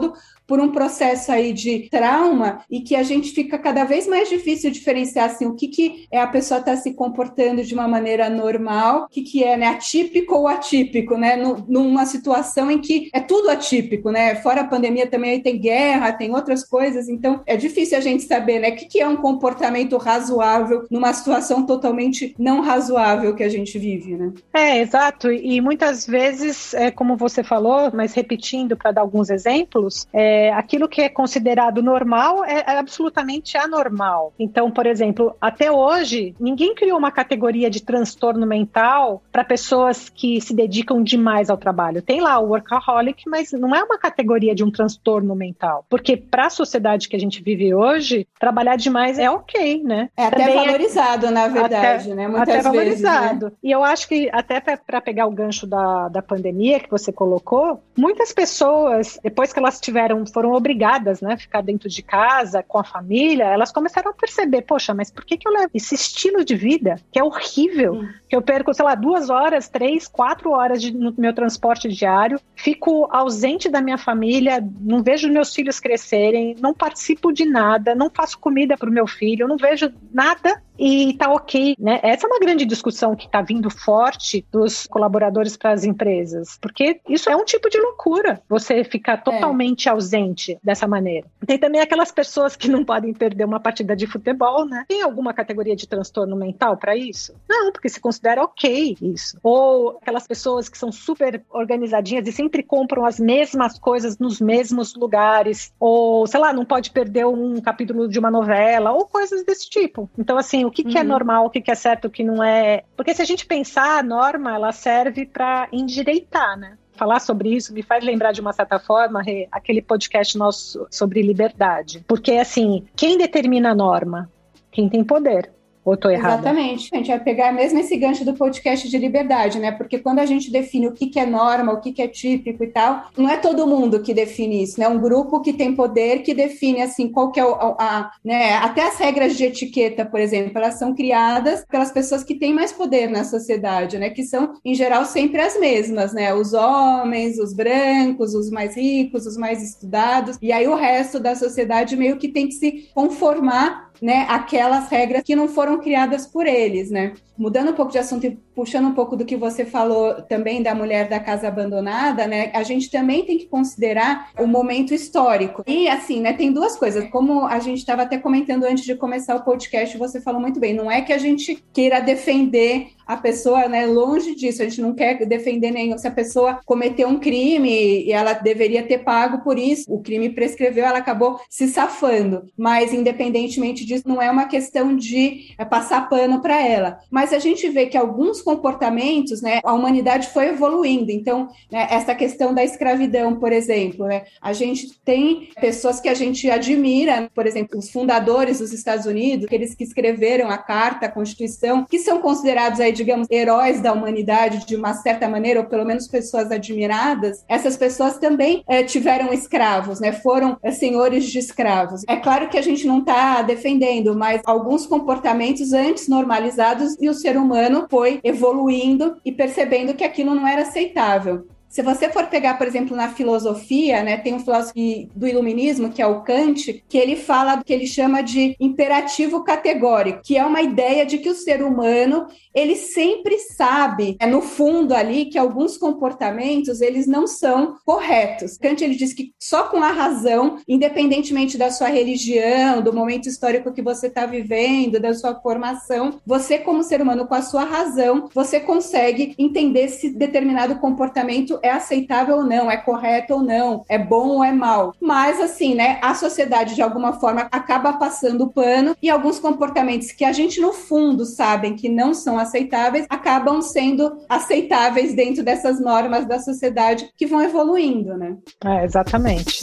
S1: por um processo aí de trauma e que a gente fica cada vez mais difícil diferenciar assim, o que, que é a pessoa está se comportando de uma maneira normal, o que, que é, né, atípico ou atípico, né, no, numa situação em que é tudo atípico, né, fora a pandemia também aí tem guerra, tem outras coisas, então é difícil a gente saber, né, o que, que é um comportamento razoável numa situação totalmente não razoável que a gente vive, né.
S3: É, exato, e muitas vezes, é, como você falou, mas repetindo para dar alguns exemplos, é, aquilo que é considerado normal é, é absolutamente anormal. Então, por exemplo, até hoje, ninguém criou uma categoria de transtorno mental para pessoas que se dedicam demais ao trabalho. Tem lá o workaholic, mas não é uma categoria de um transtorno mental, porque para a sociedade que a gente vive hoje, trabalhar demais é ok, né?
S1: É até
S3: Também
S1: valorizado, é, na verdade,
S3: até,
S1: né? Muitas
S3: até
S1: vezes,
S3: valorizado.
S1: Né?
S3: E eu acho que, até para pegar o gancho da, da pandemia que você colocou, muitas pessoas, depois que elas tiveram, foram obrigadas, né, a ficar dentro de casa, com a família, elas começaram a perceber, poxa, mas por que, que eu levo esse estilo de vida, que é horrível, hum. que eu perco, sei lá, duas horas, três, quatro horas de, no meu transporte diário, fico ausente da minha família, não vejo meus filhos crescerem, não participo de nada, não faço comida para o meu filho, não vejo nada e tá ok, né? Essa é uma grande discussão que tá vindo forte dos colaboradores para as empresas, porque isso é um tipo de loucura, você ficar totalmente é. ausente dessa maneira. Tem também aquelas pessoas que não podem perder uma partida de futebol, né? Tem alguma categoria de transtorno mental para isso? Não, porque se considera ok isso. Ou aquelas pessoas que são super organizadinhas e sempre compram as mesmas coisas nos mesmos lugares, ou, sei lá, não pode perder um capítulo de uma novela, ou coisas desse tipo. Então, assim, o que, que uhum. é normal, o que, que é certo, o que não é... Porque se a gente pensar, a norma, ela serve para endireitar, né? Falar sobre isso me faz lembrar de uma certa forma aquele podcast nosso sobre liberdade. Porque, assim, quem determina a norma? Quem tem poder. Ou tô errada?
S1: Exatamente. A gente vai pegar mesmo esse gancho do podcast de liberdade, né? Porque quando a gente define o que, que é norma, o que, que é típico e tal, não é todo mundo que define isso, né? Um grupo que tem poder que define, assim, qual que é o, a, a, né? Até as regras de etiqueta, por exemplo, elas são criadas pelas pessoas que têm mais poder na sociedade, né? Que são, em geral, sempre as mesmas, né? Os homens, os brancos, os mais ricos, os mais estudados, e aí o resto da sociedade meio que tem que se conformar, né, aquelas regras que não foram criadas por eles, né? Mudando um pouco de assunto e puxando um pouco do que você falou também da mulher da casa abandonada, né? A gente também tem que considerar o momento histórico. E assim, né, tem duas coisas. Como a gente estava até comentando antes de começar o podcast, você falou muito bem, não é que a gente queira defender a pessoa, né, longe disso, a gente não quer defender nenhum. Se a pessoa cometeu um crime e ela deveria ter pago por isso, o crime prescreveu, ela acabou se safando. Mas, independentemente disso, não é uma questão de é, passar pano para ela. Mas a gente vê que alguns comportamentos, né, a humanidade foi evoluindo. Então, né, essa questão da escravidão, por exemplo, né, a gente tem pessoas que a gente admira, por exemplo, os fundadores dos Estados Unidos, aqueles que escreveram a Carta, a Constituição, que são considerados aí, digamos, heróis da humanidade de uma certa maneira, ou pelo menos pessoas admiradas. Essas pessoas também é, tiveram escravos, né, foram é, senhores de escravos. É claro que a gente não está defendendo, mas alguns comportamentos antes normalizados e o ser humano foi evoluindo e percebendo que aquilo não era aceitável. Se você for pegar, por exemplo, na filosofia, né, tem um filósofo do iluminismo, que é o Kant, que ele fala do que ele chama de imperativo categórico, que é uma ideia de que o ser humano, ele sempre sabe, é, no fundo ali, que alguns comportamentos, eles não são corretos. Kant, ele diz que só com a razão, independentemente da sua religião, do momento histórico que você está vivendo, da sua formação, você, como ser humano, com a sua razão, você consegue entender se determinado comportamento é aceitável ou não, é correto ou não, é bom ou é mal. Mas, assim, né, a sociedade, de alguma forma, acaba passando o pano e alguns comportamentos que a gente, no fundo, sabem que não são aceitáveis, acabam sendo aceitáveis dentro dessas normas da sociedade que vão evoluindo, né?
S3: É, exatamente.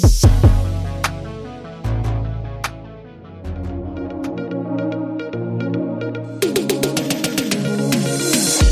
S3: Eu estava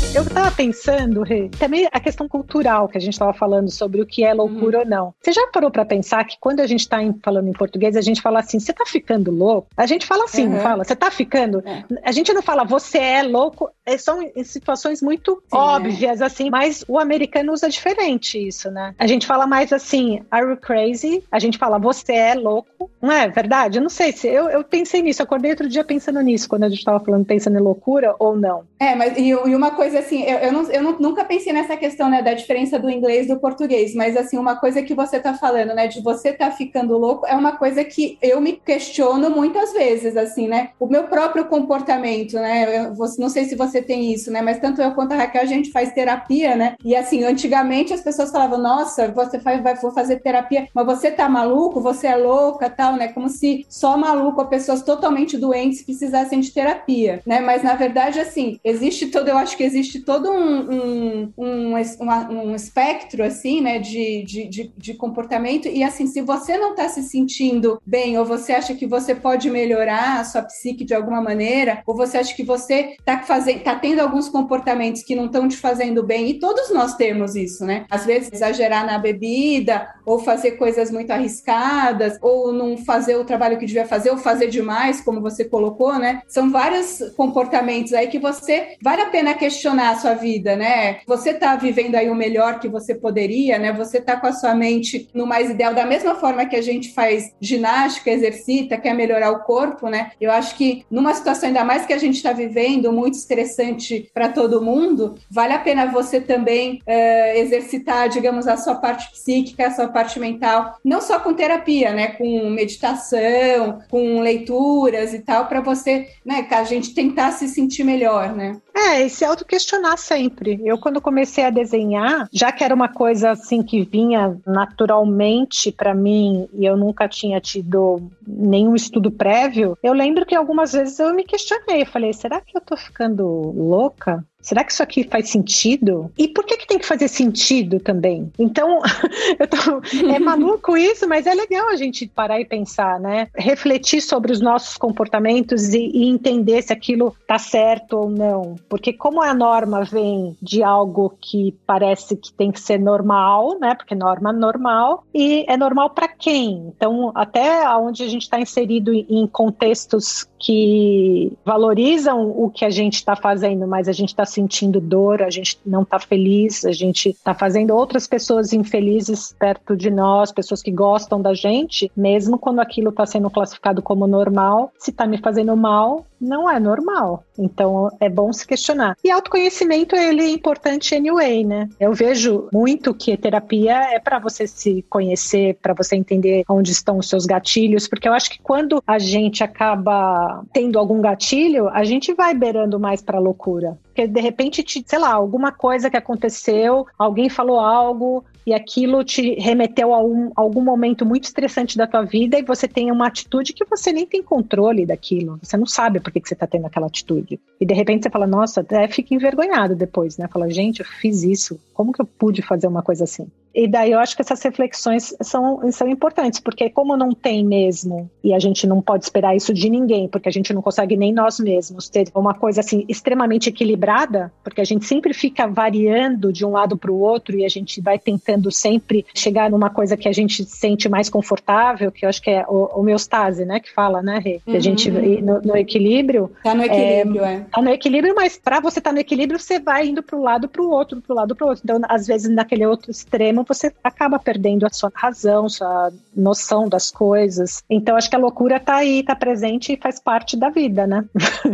S3: tava pensando, Rê, também a questão cultural que a gente tava falando sobre o que é loucura uhum. ou não. Você já parou pra pensar que quando a gente tá em, falando em português, a gente fala assim, você tá ficando louco? A gente fala assim, uhum. não fala, você tá ficando... É. A gente não fala, você é louco, são situações muito Sim, óbvias, é. assim, mas o americano usa diferente isso, né? A gente fala mais assim, are you crazy? A gente fala, você é louco, não é verdade? Eu não sei se, eu, eu pensei nisso, acordei outro dia pensando nisso, quando a gente tava falando, pensando em loucura ou não.
S1: É, mas e, e uma coisa assim, eu, eu, não, eu não, nunca pensei nessa questão, né, da diferença do inglês e do português, mas assim, uma coisa que você tá falando, né, de você tá ficando louco, é uma coisa que eu me questiono muitas vezes, assim, né, o meu próprio comportamento, né, eu não sei se você tem isso, né, mas tanto eu quanto a Raquel, a gente faz terapia, né, e assim, antigamente as pessoas falavam, nossa, você vai, vai vou fazer terapia, mas você tá maluco, você é louca, tal, né, como se só maluco ou pessoas totalmente doentes precisassem de terapia, né, mas na verdade, assim, existe todo, eu acho que existe todo um, um, um, uma, um espectro, assim, né, de, de, de, de comportamento, e assim, se você não tá se sentindo bem, ou você acha que você pode melhorar a sua psique de alguma maneira, ou você acha que você tá, fazendo, tá tendo alguns comportamentos que não estão te fazendo bem, e todos nós temos isso, né, às vezes exagerar na bebida, ou fazer coisas muito arriscadas, ou não fazer o trabalho que devia fazer, ou fazer demais, como você colocou, né, são vários comportamentos aí que você, vale a pena questionar a sua vida, né, você tá vivendo aí o melhor que você poderia, né, você tá com a sua mente no mais ideal, da mesma forma que a gente faz ginástica, exercita, quer melhorar o corpo, né, eu acho que numa situação ainda mais que a gente tá vivendo, muito estressante para todo mundo, vale a pena você também uh, exercitar, digamos, a sua parte psíquica, a sua parte mental, não só com terapia, né, com meditação, com leituras e tal, para você, né, a gente tentar se sentir melhor, né.
S3: É, e se auto-questionar sempre. Eu, quando comecei a desenhar, já que era uma coisa assim que vinha naturalmente para mim e eu nunca tinha tido nenhum estudo prévio, eu lembro que algumas vezes eu me questionei. Eu falei, será que eu tô ficando louca? Será que isso aqui faz sentido? E por que que tem que fazer sentido também? Então, eu tô, é maluco isso, mas é legal a gente parar e pensar, né? Refletir sobre os nossos comportamentos e, e entender se aquilo tá certo ou não. Porque como a norma vem de algo que parece que tem que ser normal, né? Porque norma é normal, e é normal para quem? Então, até onde a gente está inserido em contextos que valorizam o que a gente está fazendo, mas a gente está sentindo dor, a gente não está feliz, a gente está fazendo outras pessoas infelizes perto de nós, pessoas que gostam da gente, mesmo quando aquilo está sendo classificado como normal, se está me fazendo mal, não é normal. Então é bom se questionar. E autoconhecimento, ele é importante anyway, né? Eu vejo muito que terapia é para você se conhecer, para você entender onde estão os seus gatilhos, porque eu acho que quando a gente acaba tendo algum gatilho, a gente vai beirando mais para loucura. Porque de repente, te, sei lá, alguma coisa que aconteceu, alguém falou algo e aquilo te remeteu a um, algum momento muito estressante da tua vida e você tem uma atitude que você nem tem controle daquilo. Você não sabe por que, que você está tendo aquela atitude. E de repente você fala, nossa, até fica envergonhado depois, né? Fala, gente, eu fiz isso. Como que eu pude fazer uma coisa assim? E daí eu acho que essas reflexões são, são importantes, porque como não tem mesmo, e a gente não pode esperar isso de ninguém, porque a gente não consegue nem nós mesmos ter uma coisa assim extremamente equilibrada, porque a gente sempre fica variando de um lado para o outro e a gente vai tentando sempre chegar numa coisa que a gente se sente mais confortável, que eu acho que é o homeostase, né, que fala, né, Rê? Que uhum. a gente no, no equilíbrio.
S1: Tá no equilíbrio, é. é.
S3: Tá no equilíbrio, mas para você estar tá no equilíbrio, você vai indo para um lado para o outro, para o lado para o outro. Então, às vezes, naquele outro extremo, você acaba perdendo a sua razão, sua noção das coisas. Então, acho que a loucura tá aí, tá presente e faz parte da vida, né?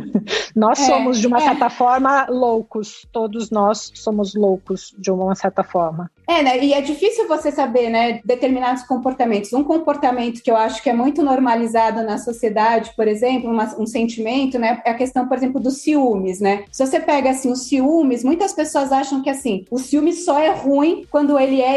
S3: Nós é, somos, de uma é. certa forma, loucos. Todos nós somos loucos, de uma certa forma.
S1: É, né? E é difícil você saber, né, determinados comportamentos. Um comportamento que eu acho que é muito normalizado na sociedade, por exemplo, uma, um sentimento, né, é a questão, por exemplo, dos ciúmes, né? Se você pega, assim, os ciúmes, muitas pessoas acham que, assim, o ciúme só é ruim quando ele é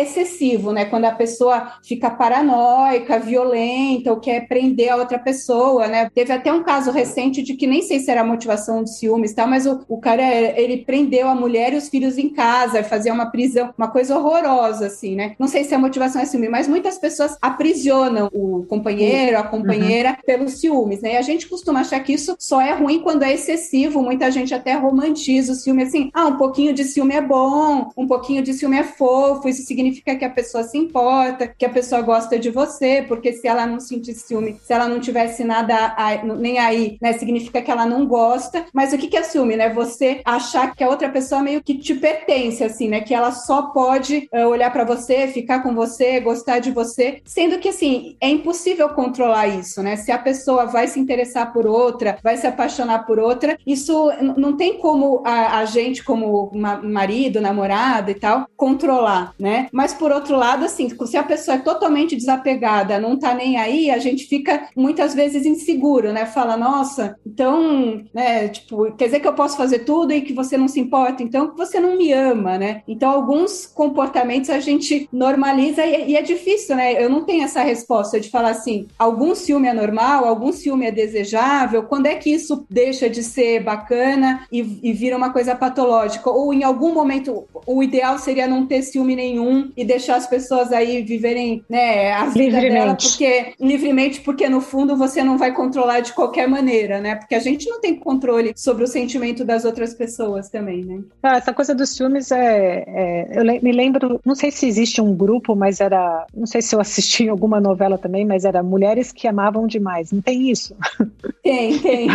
S1: excessivo, né? Quando a pessoa fica paranoica, violenta, ou quer prender a outra pessoa, né? Teve até um caso recente de que nem sei se era a motivação de ciúmes, tá? Mas o, o cara, ele prendeu a mulher e os filhos em casa, fazia uma prisão, uma coisa horrorosa, assim, né? Não sei se a motivação é ciúme, mas muitas pessoas aprisionam o companheiro, a companheira, uhum. pelos ciúmes, né? E a gente costuma achar que isso só é ruim quando é excessivo, muita gente até romantiza o ciúme, assim, ah, um pouquinho de ciúme é bom, um pouquinho de ciúme é fofo, isso significa que a pessoa se importa, que a pessoa gosta de você, porque se ela não sentir ciúme, se ela não tivesse nada a, nem aí, né, significa que ela não gosta. Mas o que que é ciúme, né? Você achar que a outra pessoa meio que te pertence, assim, né? Que ela só pode uh, olhar pra você, ficar com você, gostar de você, sendo que, assim, é impossível controlar isso, né? Se a pessoa vai se interessar por outra, vai se apaixonar por outra, isso n- não tem como a, a gente, como ma- marido, namorado e tal, controlar, né? Mas, por outro lado, assim, se a pessoa é totalmente desapegada, não tá nem aí, a gente fica muitas vezes inseguro, né? Fala, nossa, então, né, tipo, quer dizer que eu posso fazer tudo e que você não se importa, então que você não me ama, né? Então, alguns comportamentos a gente normaliza e, e é difícil, né? Eu não tenho essa resposta de falar assim, algum ciúme é normal, algum ciúme é desejável, quando é que isso deixa de ser bacana e, e vira uma coisa patológica? Ou em algum momento o ideal seria não ter ciúme nenhum e deixar as pessoas aí viverem, né, a vida dela porque, livremente, porque no fundo você não vai controlar de qualquer maneira, né? Porque a gente não tem controle sobre o sentimento das outras pessoas também, né?
S3: Ah, essa coisa dos ciúmes é, é... Eu me lembro, não sei se existe um grupo, mas era... Não sei se eu assisti em alguma novela também, mas era Mulheres que Amavam Demais. Não tem isso?
S1: Tem, tem.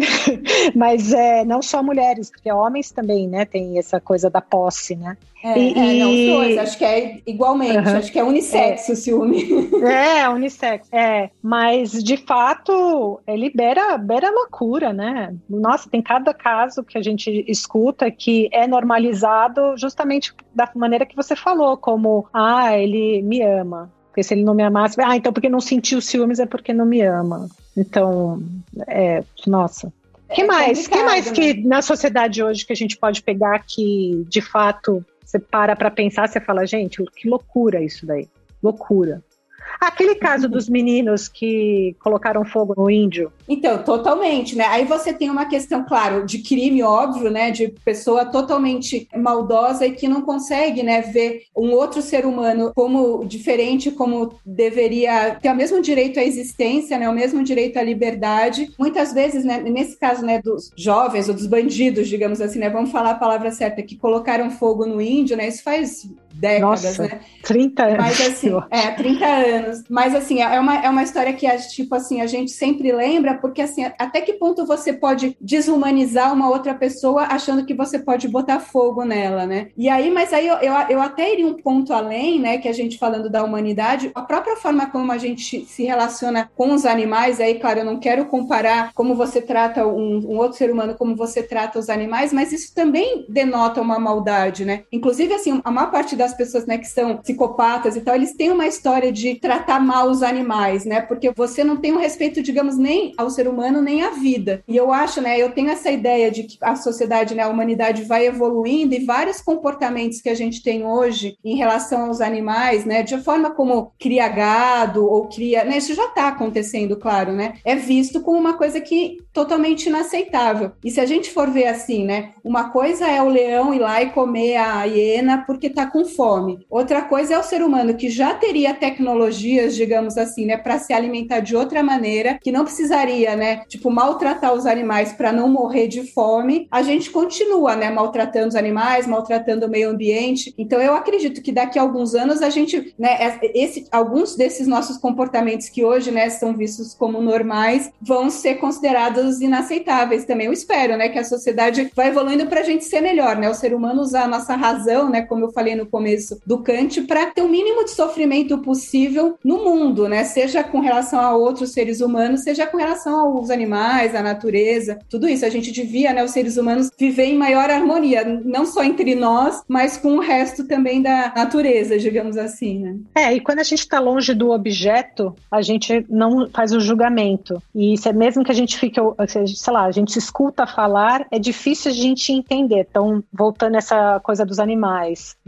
S3: Mas é, não só mulheres, porque homens também, né? Tem essa coisa da posse, né?
S1: É,
S3: e,
S1: é, não, os dois, acho que é igualmente, uhum. Acho que é unissex é. O ciúme.
S3: É, unissex, é. Mas, de fato, ele beira, beira loucura, né? Nossa, tem cada caso que a gente escuta que é normalizado justamente da maneira que você falou, como, ah, ele me ama. Porque se ele não me amasse, ah, então porque não sentiu ciúmes é porque não me ama. Então, é, nossa... Que mais? Que mais né? que na sociedade hoje que a gente pode pegar que, de fato, você para pra pensar, você fala, gente, que loucura isso daí. Loucura. Aquele caso dos meninos que colocaram fogo no índio.
S1: Então, totalmente, né? Aí você tem uma questão, claro, de crime, óbvio, né? De pessoa totalmente maldosa e que não consegue, né, ver um outro ser humano como diferente, como deveria ter o mesmo direito à existência, né? O mesmo direito à liberdade. Muitas vezes, né, nesse caso, né, dos jovens ou dos bandidos, digamos assim, né? Vamos falar a palavra certa, que colocaram fogo no índio, né? Isso faz décadas,
S3: Nossa,
S1: né?
S3: trinta anos.
S1: Mas assim, é, trinta anos. Mas assim, é uma, é uma história que, tipo assim, a gente sempre lembra, porque assim, até que ponto você pode desumanizar uma outra pessoa achando que você pode botar fogo nela, né? E aí, mas aí eu, eu, eu até iria um ponto além, né, que a gente falando da humanidade, a própria forma como a gente se relaciona com os animais, aí, claro, eu não quero comparar como você trata um, um outro ser humano, como você trata os animais, mas isso também denota uma maldade, né? Inclusive, assim, a maior parte das pessoas, né, que são psicopatas e tal, eles têm uma história de tratar mal os animais, né? Porque você não tem um respeito, digamos, nem ao ser humano, nem à vida. E eu acho, né, eu tenho essa ideia de que a sociedade, né, a humanidade vai evoluindo e vários comportamentos que a gente tem hoje em relação aos animais, né, de forma como cria gado ou cria, né, isso já está acontecendo, claro, né? É visto como uma coisa que totalmente inaceitável. E se a gente for ver assim, né, uma coisa é o leão ir lá e comer a hiena porque tá com fome. Outra coisa é o ser humano que já teria tecnologias, digamos assim, né, para se alimentar de outra maneira, que não precisaria, né, tipo, maltratar os animais para não morrer de fome. A gente continua, né, maltratando os animais, maltratando o meio ambiente. Então, eu acredito que daqui a alguns anos a gente, né, esse, alguns desses nossos comportamentos que hoje, né, são vistos como normais, vão ser considerados inaceitáveis também. Eu espero, né, que a sociedade vai evoluindo para a gente ser melhor, né, o ser humano usar a nossa razão, né, como eu falei no começo do Kant, para ter o mínimo de sofrimento possível no mundo, né, seja com relação a outros seres humanos, seja com relação aos animais, à natureza, tudo isso. A gente devia, né, os seres humanos, viver em maior harmonia, não só entre nós, mas com o resto também da natureza, digamos assim, né.
S3: É, e quando a gente está longe do objeto, a gente não faz o julgamento. E se é mesmo que a gente fique, sei lá, a gente escuta falar, é difícil a gente entender. Então, voltando a essa coisa dos animais. De fato,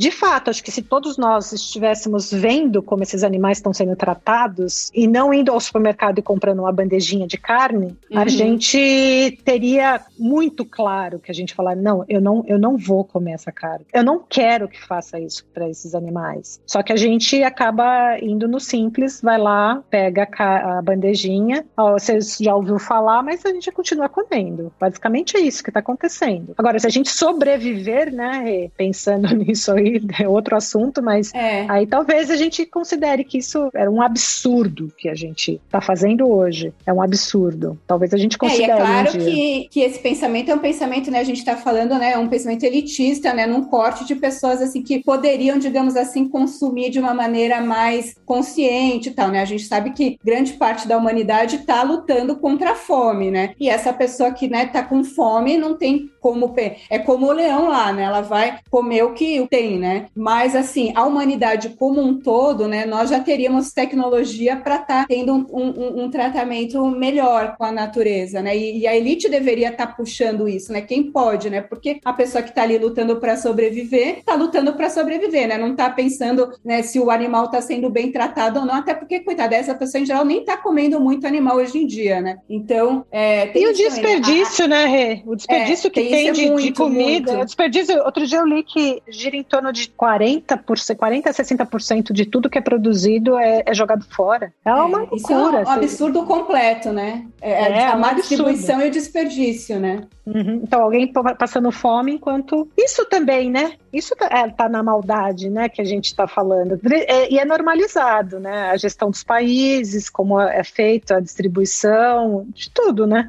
S3: fato, acho que se todos nós estivéssemos vendo como esses animais estão sendo tratados e não indo ao supermercado e comprando uma bandejinha de carne, uhum. a gente teria muito claro que a gente falar, não, eu não, eu não vou comer essa carne. Eu não quero que faça isso para esses animais. Só que a gente acaba indo no simples, vai lá, pega a, a bandejinha, ó, você já ouviu falar, mas a gente continua comendo. Basicamente é isso que está acontecendo. Agora, se a gente sobreviver, né, pensando nisso aí, é outro assunto, mas é. aí talvez a gente considere que isso era um absurdo que a gente está fazendo hoje. É um absurdo. Talvez a gente considere.
S1: É, e é claro
S3: um
S1: que, que esse pensamento é um pensamento, né, a gente está falando, né, é um pensamento elitista, né, num corte de pessoas, assim, que poderiam, digamos assim, consumir de uma maneira mais consciente e tal, né? A gente sabe que grande parte da humanidade está lutando contra a fome, né? E essa pessoa que, né, tá com fome não tem como... É como o leão lá, né? Ela vai comer o que tem, né? Mas, assim, a humanidade como um todo, né? Nós já teríamos tecnologia para estar tá tendo um, um, um tratamento melhor com a natureza, né? E, e a elite deveria estar tá puxando isso, né? Quem pode, né? Porque a pessoa que está ali lutando para sobreviver, está lutando para sobreviver, né? Não está pensando, né, se o animal está sendo bem tratado ou não, até porque, coitada, essa pessoa em geral nem está comendo muito animal hoje em dia, né? Então, é, tem
S3: e o desperdício, também, né, Rê? O desperdício é, que tem, tem de, muito, de comida. Muito. O desperdício, outro dia eu li que gira em torno de quarenta por cento, quarenta a sessenta por cento de tudo que é produzido é, é jogado fora. É uma é, loucura.
S1: Isso é um, um absurdo completo, né? É, é a má um distribuição e o desperdício, né?
S3: Uhum. Então, alguém passando fome enquanto... Isso também, né? Isso tá, é, tá na maldade, né, que a gente está falando. É, e é normalizado, né? A gestão dos países, como é feita a distribuição, de tudo, né?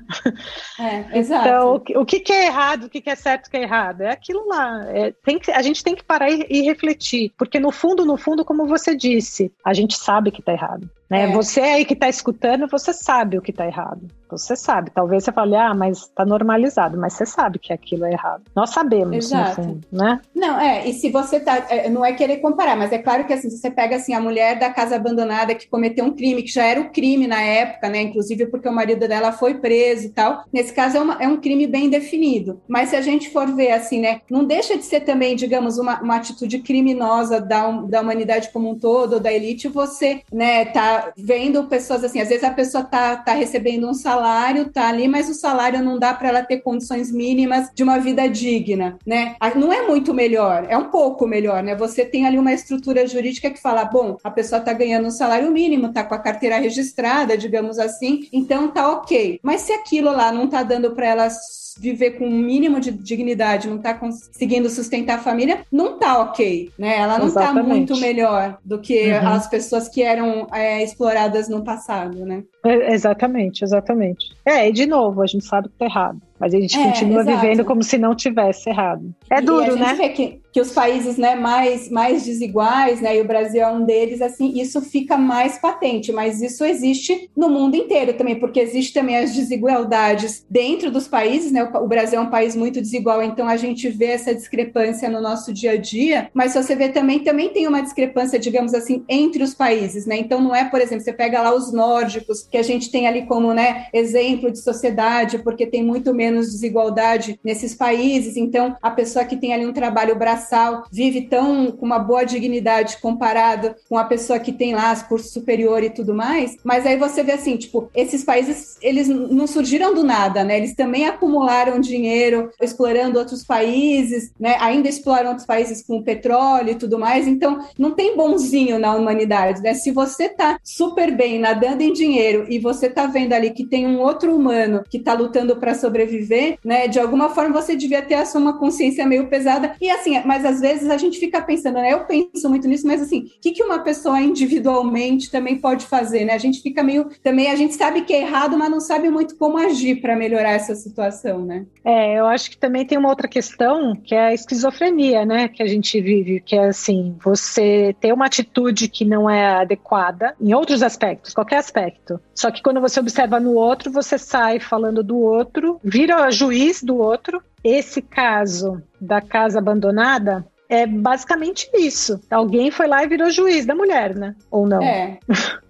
S1: É, exato.
S3: Então, o, o que, que é errado, o que, que é certo, o que é errado? É aquilo lá. É, tem que, a gente tem que parar e, e refletir. Porque no fundo, no fundo, como você disse, a gente sabe que está errado. Né? É. Você aí que está escutando, você sabe o que está errado. Você sabe. Talvez você fale, ah, mas está normalizado. Mas você sabe que aquilo é errado. Nós sabemos,
S1: exato.
S3: No fundo, né?
S1: Não, é. E se você tá... É, não é querer comparar, mas é claro que assim, se você pega assim, a mulher da casa abandonada que cometeu um crime, que já era o crime na época, né? Inclusive porque o marido dela foi preso e tal. Nesse caso é, uma, é um crime bem definido. Mas se a gente for ver assim, né? Não deixa de ser também, digamos, uma, uma atitude criminosa da, da humanidade como um todo, da elite, você, né, tá vendo pessoas assim, às vezes a pessoa tá, tá recebendo um salário, tá ali, mas o salário não dá para ela ter condições mínimas de uma vida digna, né? Não é muito melhor, é um pouco melhor, né? Você tem ali uma estrutura jurídica que fala, bom, a pessoa tá ganhando um salário mínimo, tá com a carteira registrada, digamos assim, então tá ok. Mas se aquilo lá não tá dando para ela viver com um mínimo de dignidade, não tá conseguindo sustentar a família, não tá ok, né? Ela não Exatamente. Tá muito melhor do que uhum. as pessoas que eram é, exploradas no passado, né?
S3: É, exatamente, exatamente. É, e de novo, a gente sabe que tá errado. Mas a gente é, continua exato. Vivendo como se não tivesse errado. É
S1: e,
S3: duro,
S1: e a
S3: né?
S1: gente vê que, que os países, né, mais, mais desiguais, né, e o Brasil é um deles, assim, isso fica mais patente, mas isso existe no mundo inteiro também, porque existe também as desigualdades dentro dos países, né? O, o Brasil é um país muito desigual, então a gente vê essa discrepância no nosso dia a dia, mas se você vê também, também tem uma discrepância, digamos assim, entre os países, né? Então não é, por exemplo, você pega lá os nórdicos, que a gente tem ali como, né, exemplo de sociedade, porque tem muito menos menos desigualdade nesses países, então a pessoa que tem ali um trabalho braçal vive tão com uma boa dignidade comparado com a pessoa que tem lá curso superior e tudo mais, mas aí você vê assim, tipo, esses países, eles não surgiram do nada, né? Eles também acumularam dinheiro explorando outros países, né? Ainda exploram outros países com petróleo e tudo mais, então não tem bonzinho na humanidade, né? Se você tá super bem nadando em dinheiro e você tá vendo ali que tem um outro humano que tá lutando para sobreviver, né? De alguma forma você devia ter a sua consciência meio pesada. E assim, mas às vezes a gente fica pensando, né? Eu penso muito nisso, mas assim, o que, que uma pessoa individualmente também pode fazer, né? A gente fica meio... Também a gente sabe que é errado, mas não sabe muito como agir para melhorar essa situação, né?
S3: É, eu acho que também tem uma outra questão, que é a esquizofrenia, né? Que a gente vive, que é assim, você ter uma atitude que não é adequada em outros aspectos, qualquer aspecto. Só que quando você observa no outro, você sai falando do outro, vira juiz do outro. Esse caso da casa abandonada é basicamente isso. Alguém foi lá e virou juiz da mulher, né? Ou não?
S1: É.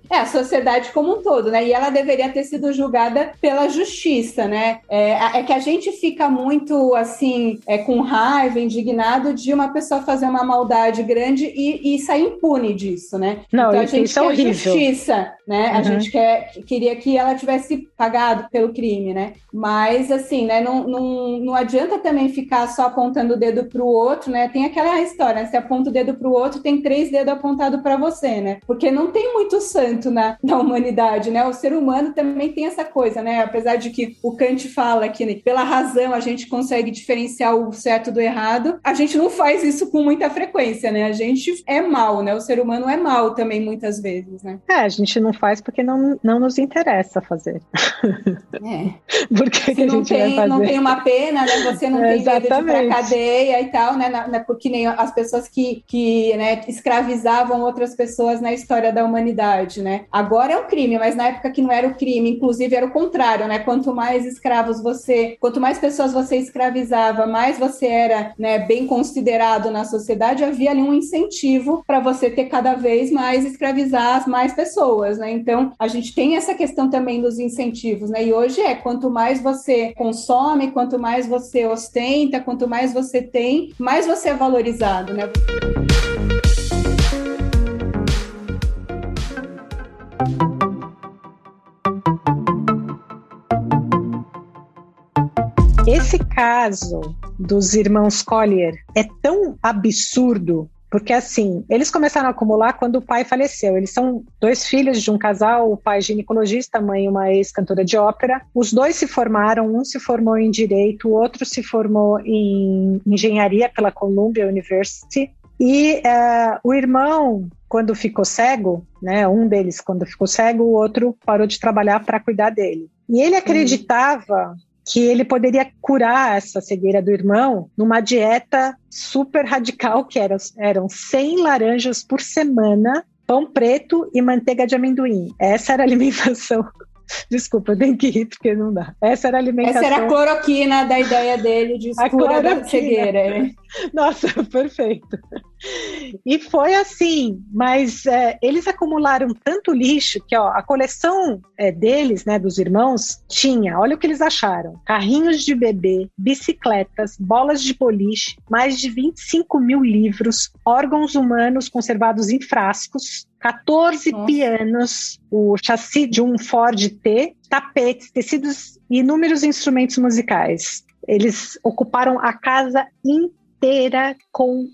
S1: É, a sociedade como um todo, né? E ela deveria ter sido julgada pela justiça, né? É, é que a gente fica muito, assim, é, com raiva, indignado de uma pessoa fazer uma maldade grande e, e sair impune disso, né?
S3: Não,
S1: então a gente
S3: isso é
S1: quer
S3: horrível.
S1: justiça, né?
S3: Uhum.
S1: A gente quer, queria que ela tivesse pagado pelo crime, né? Mas, assim, né? Não, não, não adianta também ficar só apontando o dedo pro outro, né? Tem aquela história, né? Se aponta o dedo pro outro, tem três dedos apontados para você, né? Porque não tem muito santo na, na humanidade, né? O ser humano também tem essa coisa, né? Apesar de que o Kant fala que, né, pela razão a gente consegue diferenciar o certo do errado, a gente não faz isso com muita frequência, né? A gente é mal, né? O ser humano é mal também muitas vezes, né?
S3: É, a gente não faz porque não, não nos interessa fazer.
S1: É.
S3: Por que, que a
S1: não
S3: gente
S1: tem,
S3: vai fazer?
S1: Não tem uma pena, né? Você não
S3: É,
S1: tem medo de ir pra
S3: exatamente.
S1: cadeia e tal, né? Na, na, porque nem as pessoas que, que né, escravizavam outras pessoas na história da humanidade, né? Agora é um crime, mas na época que não era o crime, inclusive era o contrário, né? Quanto mais escravos você, quanto mais pessoas você escravizava, mais você era, né, bem considerado na sociedade, havia ali um incentivo para você ter cada vez mais escravizar mais pessoas, né? Então, a gente tem essa questão também dos incentivos, né? E hoje é, quanto mais você consome, quanto mais você ostenta, quanto mais você tem, mais você é valorizado, né?
S3: Esse caso dos irmãos Collier é tão absurdo, porque assim, eles começaram a acumular quando o pai faleceu. Eles são dois filhos de um casal, o pai ginecologista, a mãe uma ex-cantora de ópera. Os dois se formaram, um se formou em Direito, o outro se formou em Engenharia pela Columbia University. E uh, o irmão, quando ficou cego, né, um deles quando ficou cego, o outro parou de trabalhar para cuidar dele. E ele acreditava... Hum. que ele poderia curar essa cegueira do irmão numa dieta super radical, que era, eram cem laranjas por semana, pão preto e manteiga de amendoim. Essa era a alimentação. Desculpa, eu tenho que rir porque não dá. Essa era a alimentação.
S1: Essa era a cloroquina da ideia dele de cura da cegueira.
S3: Nossa, perfeito. E foi assim, mas é, eles acumularam tanto lixo que ó, a coleção é, deles, né, dos irmãos, tinha, olha o que eles acharam: carrinhos de bebê, bicicletas, bolas de boliche, mais de vinte e cinco mil livros, órgãos humanos conservados em frascos, quatorze Nossa. Pianos, o chassi de um Ford T, tapetes, tecidos e inúmeros instrumentos musicais. Eles ocuparam a casa inteira inteira com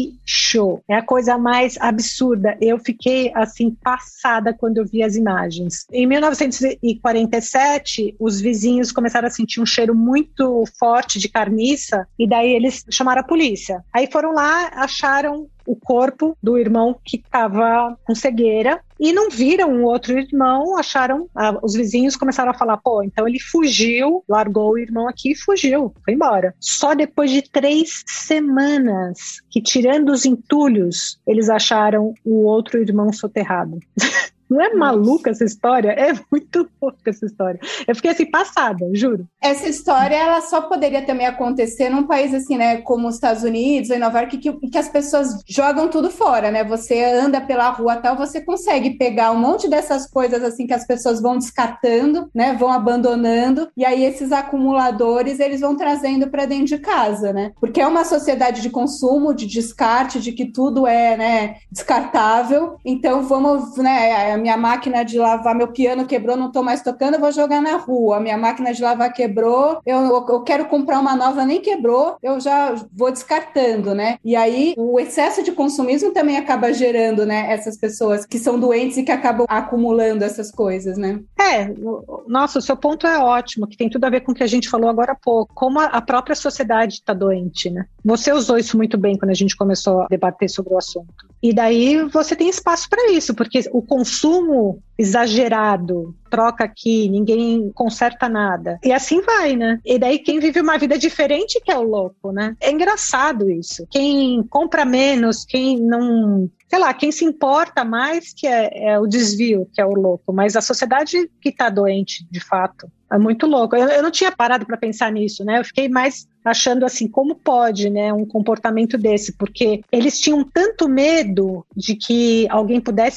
S3: lixo. É a coisa mais absurda. Eu fiquei, assim, passada quando eu vi as imagens. Em mil novecentos e quarenta e sete, os vizinhos começaram a sentir um cheiro muito forte de carniça e daí eles chamaram a polícia. Aí foram lá, acharam o corpo do irmão que estava com cegueira e não viram o outro irmão, acharam, ah, os vizinhos começaram a falar, pô, então ele fugiu, largou o irmão aqui e fugiu, foi embora. Só depois de três semanas que, tirando os entulhos, eles acharam o outro irmão soterrado. Não é maluca essa história? É muito louca essa história. Eu fiquei assim, passada, juro.
S1: Essa história, ela só poderia também acontecer num país assim, né, como os Estados Unidos ou em Nova York, que, que as pessoas jogam tudo fora, né? Você anda pela rua tal, você consegue pegar um monte dessas coisas assim que as pessoas vão descartando, né? Vão abandonando, e aí esses acumuladores, eles vão trazendo para dentro de casa, né? Porque é uma sociedade de consumo, de descarte, de que tudo é, né, descartável. Então vamos, né, minha máquina de lavar, meu piano quebrou, não estou mais tocando, eu vou jogar na rua. Minha máquina de lavar quebrou, eu, eu quero comprar uma nova, nem quebrou, eu já vou descartando, né? E aí o excesso de consumismo também acaba gerando, né, essas pessoas que são doentes e que acabam acumulando essas coisas, né?
S3: É, nossa, o seu ponto é ótimo, que tem tudo a ver com o que a gente falou agora há pouco, como a própria sociedade está doente, né? Você usou isso muito bem quando a gente começou a debater sobre o assunto. E daí você tem espaço para isso, porque o consumo exagerado, troca aqui, ninguém conserta nada. E assim vai, né? E daí quem vive uma vida diferente que é o louco, né? É engraçado isso. Quem compra menos, quem não... sei lá, quem se importa mais que é, é o desvio, que é o louco. Mas a sociedade que está doente, de fato, é muito louco. Eu, eu não tinha parado para pensar nisso, né? Eu fiquei mais achando assim, como pode, né, um comportamento desse? Porque eles tinham tanto medo de que alguém pudesse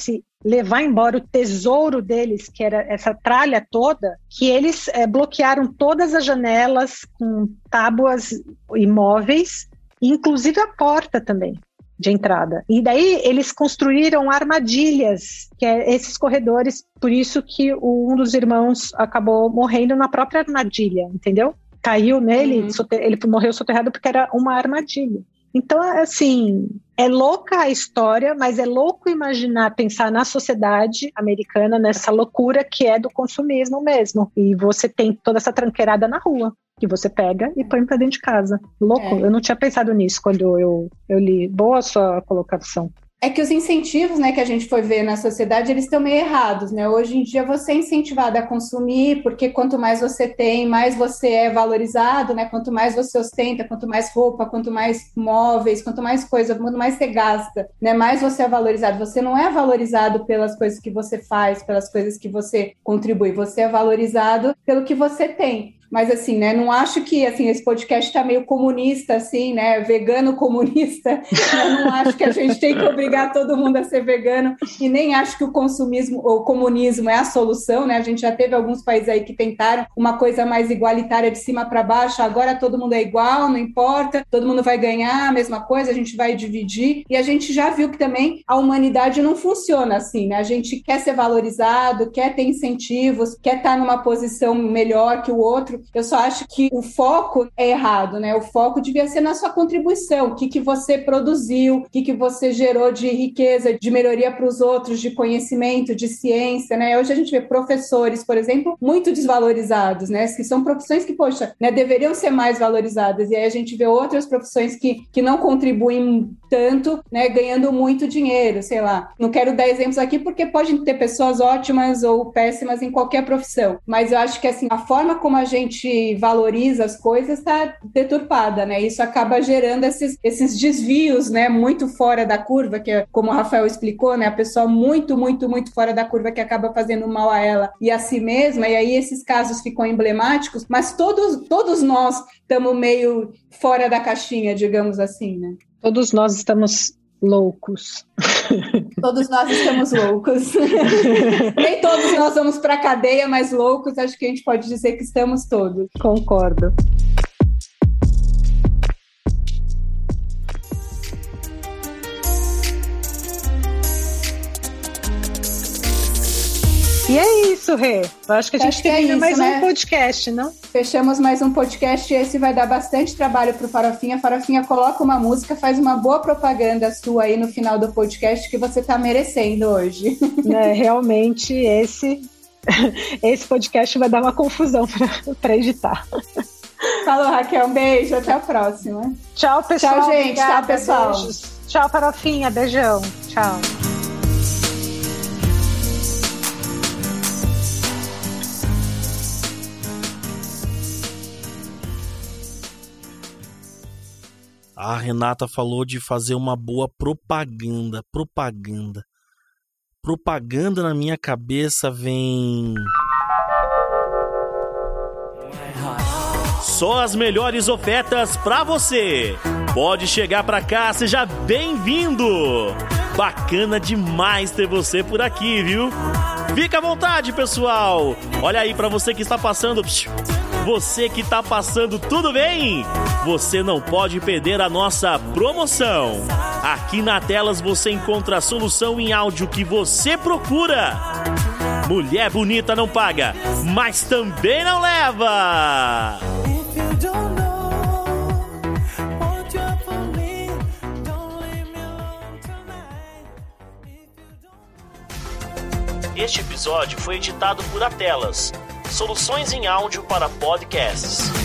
S3: levar embora o tesouro deles, que era essa tralha toda, que eles é, bloquearam todas as janelas com tábuas imóveis, inclusive a porta também de entrada. E daí eles construíram armadilhas, que é esses corredores, por isso que o, um dos irmãos acabou morrendo na própria armadilha, entendeu? Caiu nele, uhum. soter- ele morreu soterrado porque era uma armadilha. Então, assim, é louca a história, mas é louco imaginar, pensar na sociedade americana, nessa loucura que é do consumismo mesmo. E você tem toda essa tranqueirada na rua, que você pega e põe pra dentro de casa. Louco, é. Eu não tinha pensado nisso quando eu, eu li. Boa a sua colocação.
S1: É que os incentivos, né, que a gente foi ver na sociedade, eles estão meio errados, né? Hoje em dia você é incentivado a consumir, porque quanto mais você tem, mais você é valorizado, né? Quanto mais você ostenta, quanto mais roupa, quanto mais móveis, quanto mais coisa, quanto mais você gasta, né? Mais você é valorizado. Você não é valorizado pelas coisas que você faz, pelas coisas que você contribui. Você é valorizado pelo que você tem. Mas assim, né, não acho que assim, esse podcast está meio comunista, assim, né, vegano comunista. Eu não acho que a gente tem que obrigar todo mundo a ser vegano e nem acho que o consumismo ou o comunismo é a solução, né? A gente já teve alguns países aí que tentaram uma coisa mais igualitária de cima para baixo, agora todo mundo é igual, não importa, todo mundo vai ganhar a mesma coisa, a gente vai dividir. E a gente já viu que também a humanidade não funciona assim, né? A gente quer ser valorizado, quer ter incentivos, quer estar numa posição melhor que o outro. Eu só acho que o foco é errado, né? O foco devia ser na sua contribuição, o que, que você produziu, o que, que você gerou de riqueza, de melhoria para os outros, de conhecimento, de ciência, né? Hoje a gente vê professores, por exemplo, muito desvalorizados, né? Que são profissões que, poxa, né, deveriam ser mais valorizadas. E aí a gente vê outras profissões que, que não contribuem tanto, né, ganhando muito dinheiro, sei lá. Não quero dar exemplos aqui porque pode ter pessoas ótimas ou péssimas em qualquer profissão, mas eu acho que assim, a forma como a gente valoriza as coisas está deturpada, né? Isso acaba gerando esses, esses desvios, né, muito fora da curva, que é, como o Rafael explicou, né, a pessoa muito, muito, muito fora da curva que acaba fazendo mal a ela e a si mesma, e aí esses casos ficam emblemáticos, mas todos, todos nós estamos meio fora da caixinha, digamos assim, né?
S3: Todos nós estamos loucos.
S1: Todos nós estamos loucos. Nem todos nós vamos para a cadeia, mas loucos, acho que a gente pode dizer que estamos todos.
S3: Concordo. E é isso, Rê. Eu acho que a gente termina é mais né? um podcast, não?
S1: Fechamos mais um podcast e esse vai dar bastante trabalho pro Farofinha. Farofinha, coloca uma música, faz uma boa propaganda sua aí no final do podcast que você tá merecendo hoje.
S3: É, realmente, esse, esse podcast vai dar uma confusão para editar.
S1: Falou, Raquel. Um beijo. Até a próxima.
S3: Tchau, pessoal.
S1: Tchau, gente.
S3: Obrigada,
S1: tchau, pessoal.
S3: Beijos. Tchau, Farofinha. Beijão. Tchau.
S5: A Renata falou de fazer uma boa propaganda. Propaganda. Propaganda na minha cabeça vem... Só as melhores ofertas pra você. Pode chegar pra cá, seja bem-vindo. Bacana demais ter você por aqui, viu? Fica à vontade, pessoal. Olha aí pra você que está passando... Você que tá passando tudo bem? Você não pode perder a nossa promoção. Aqui na Telas você encontra a solução em áudio que você procura. Mulher bonita não paga, mas também não leva. Este episódio foi editado por Atelas, soluções em áudio para podcasts.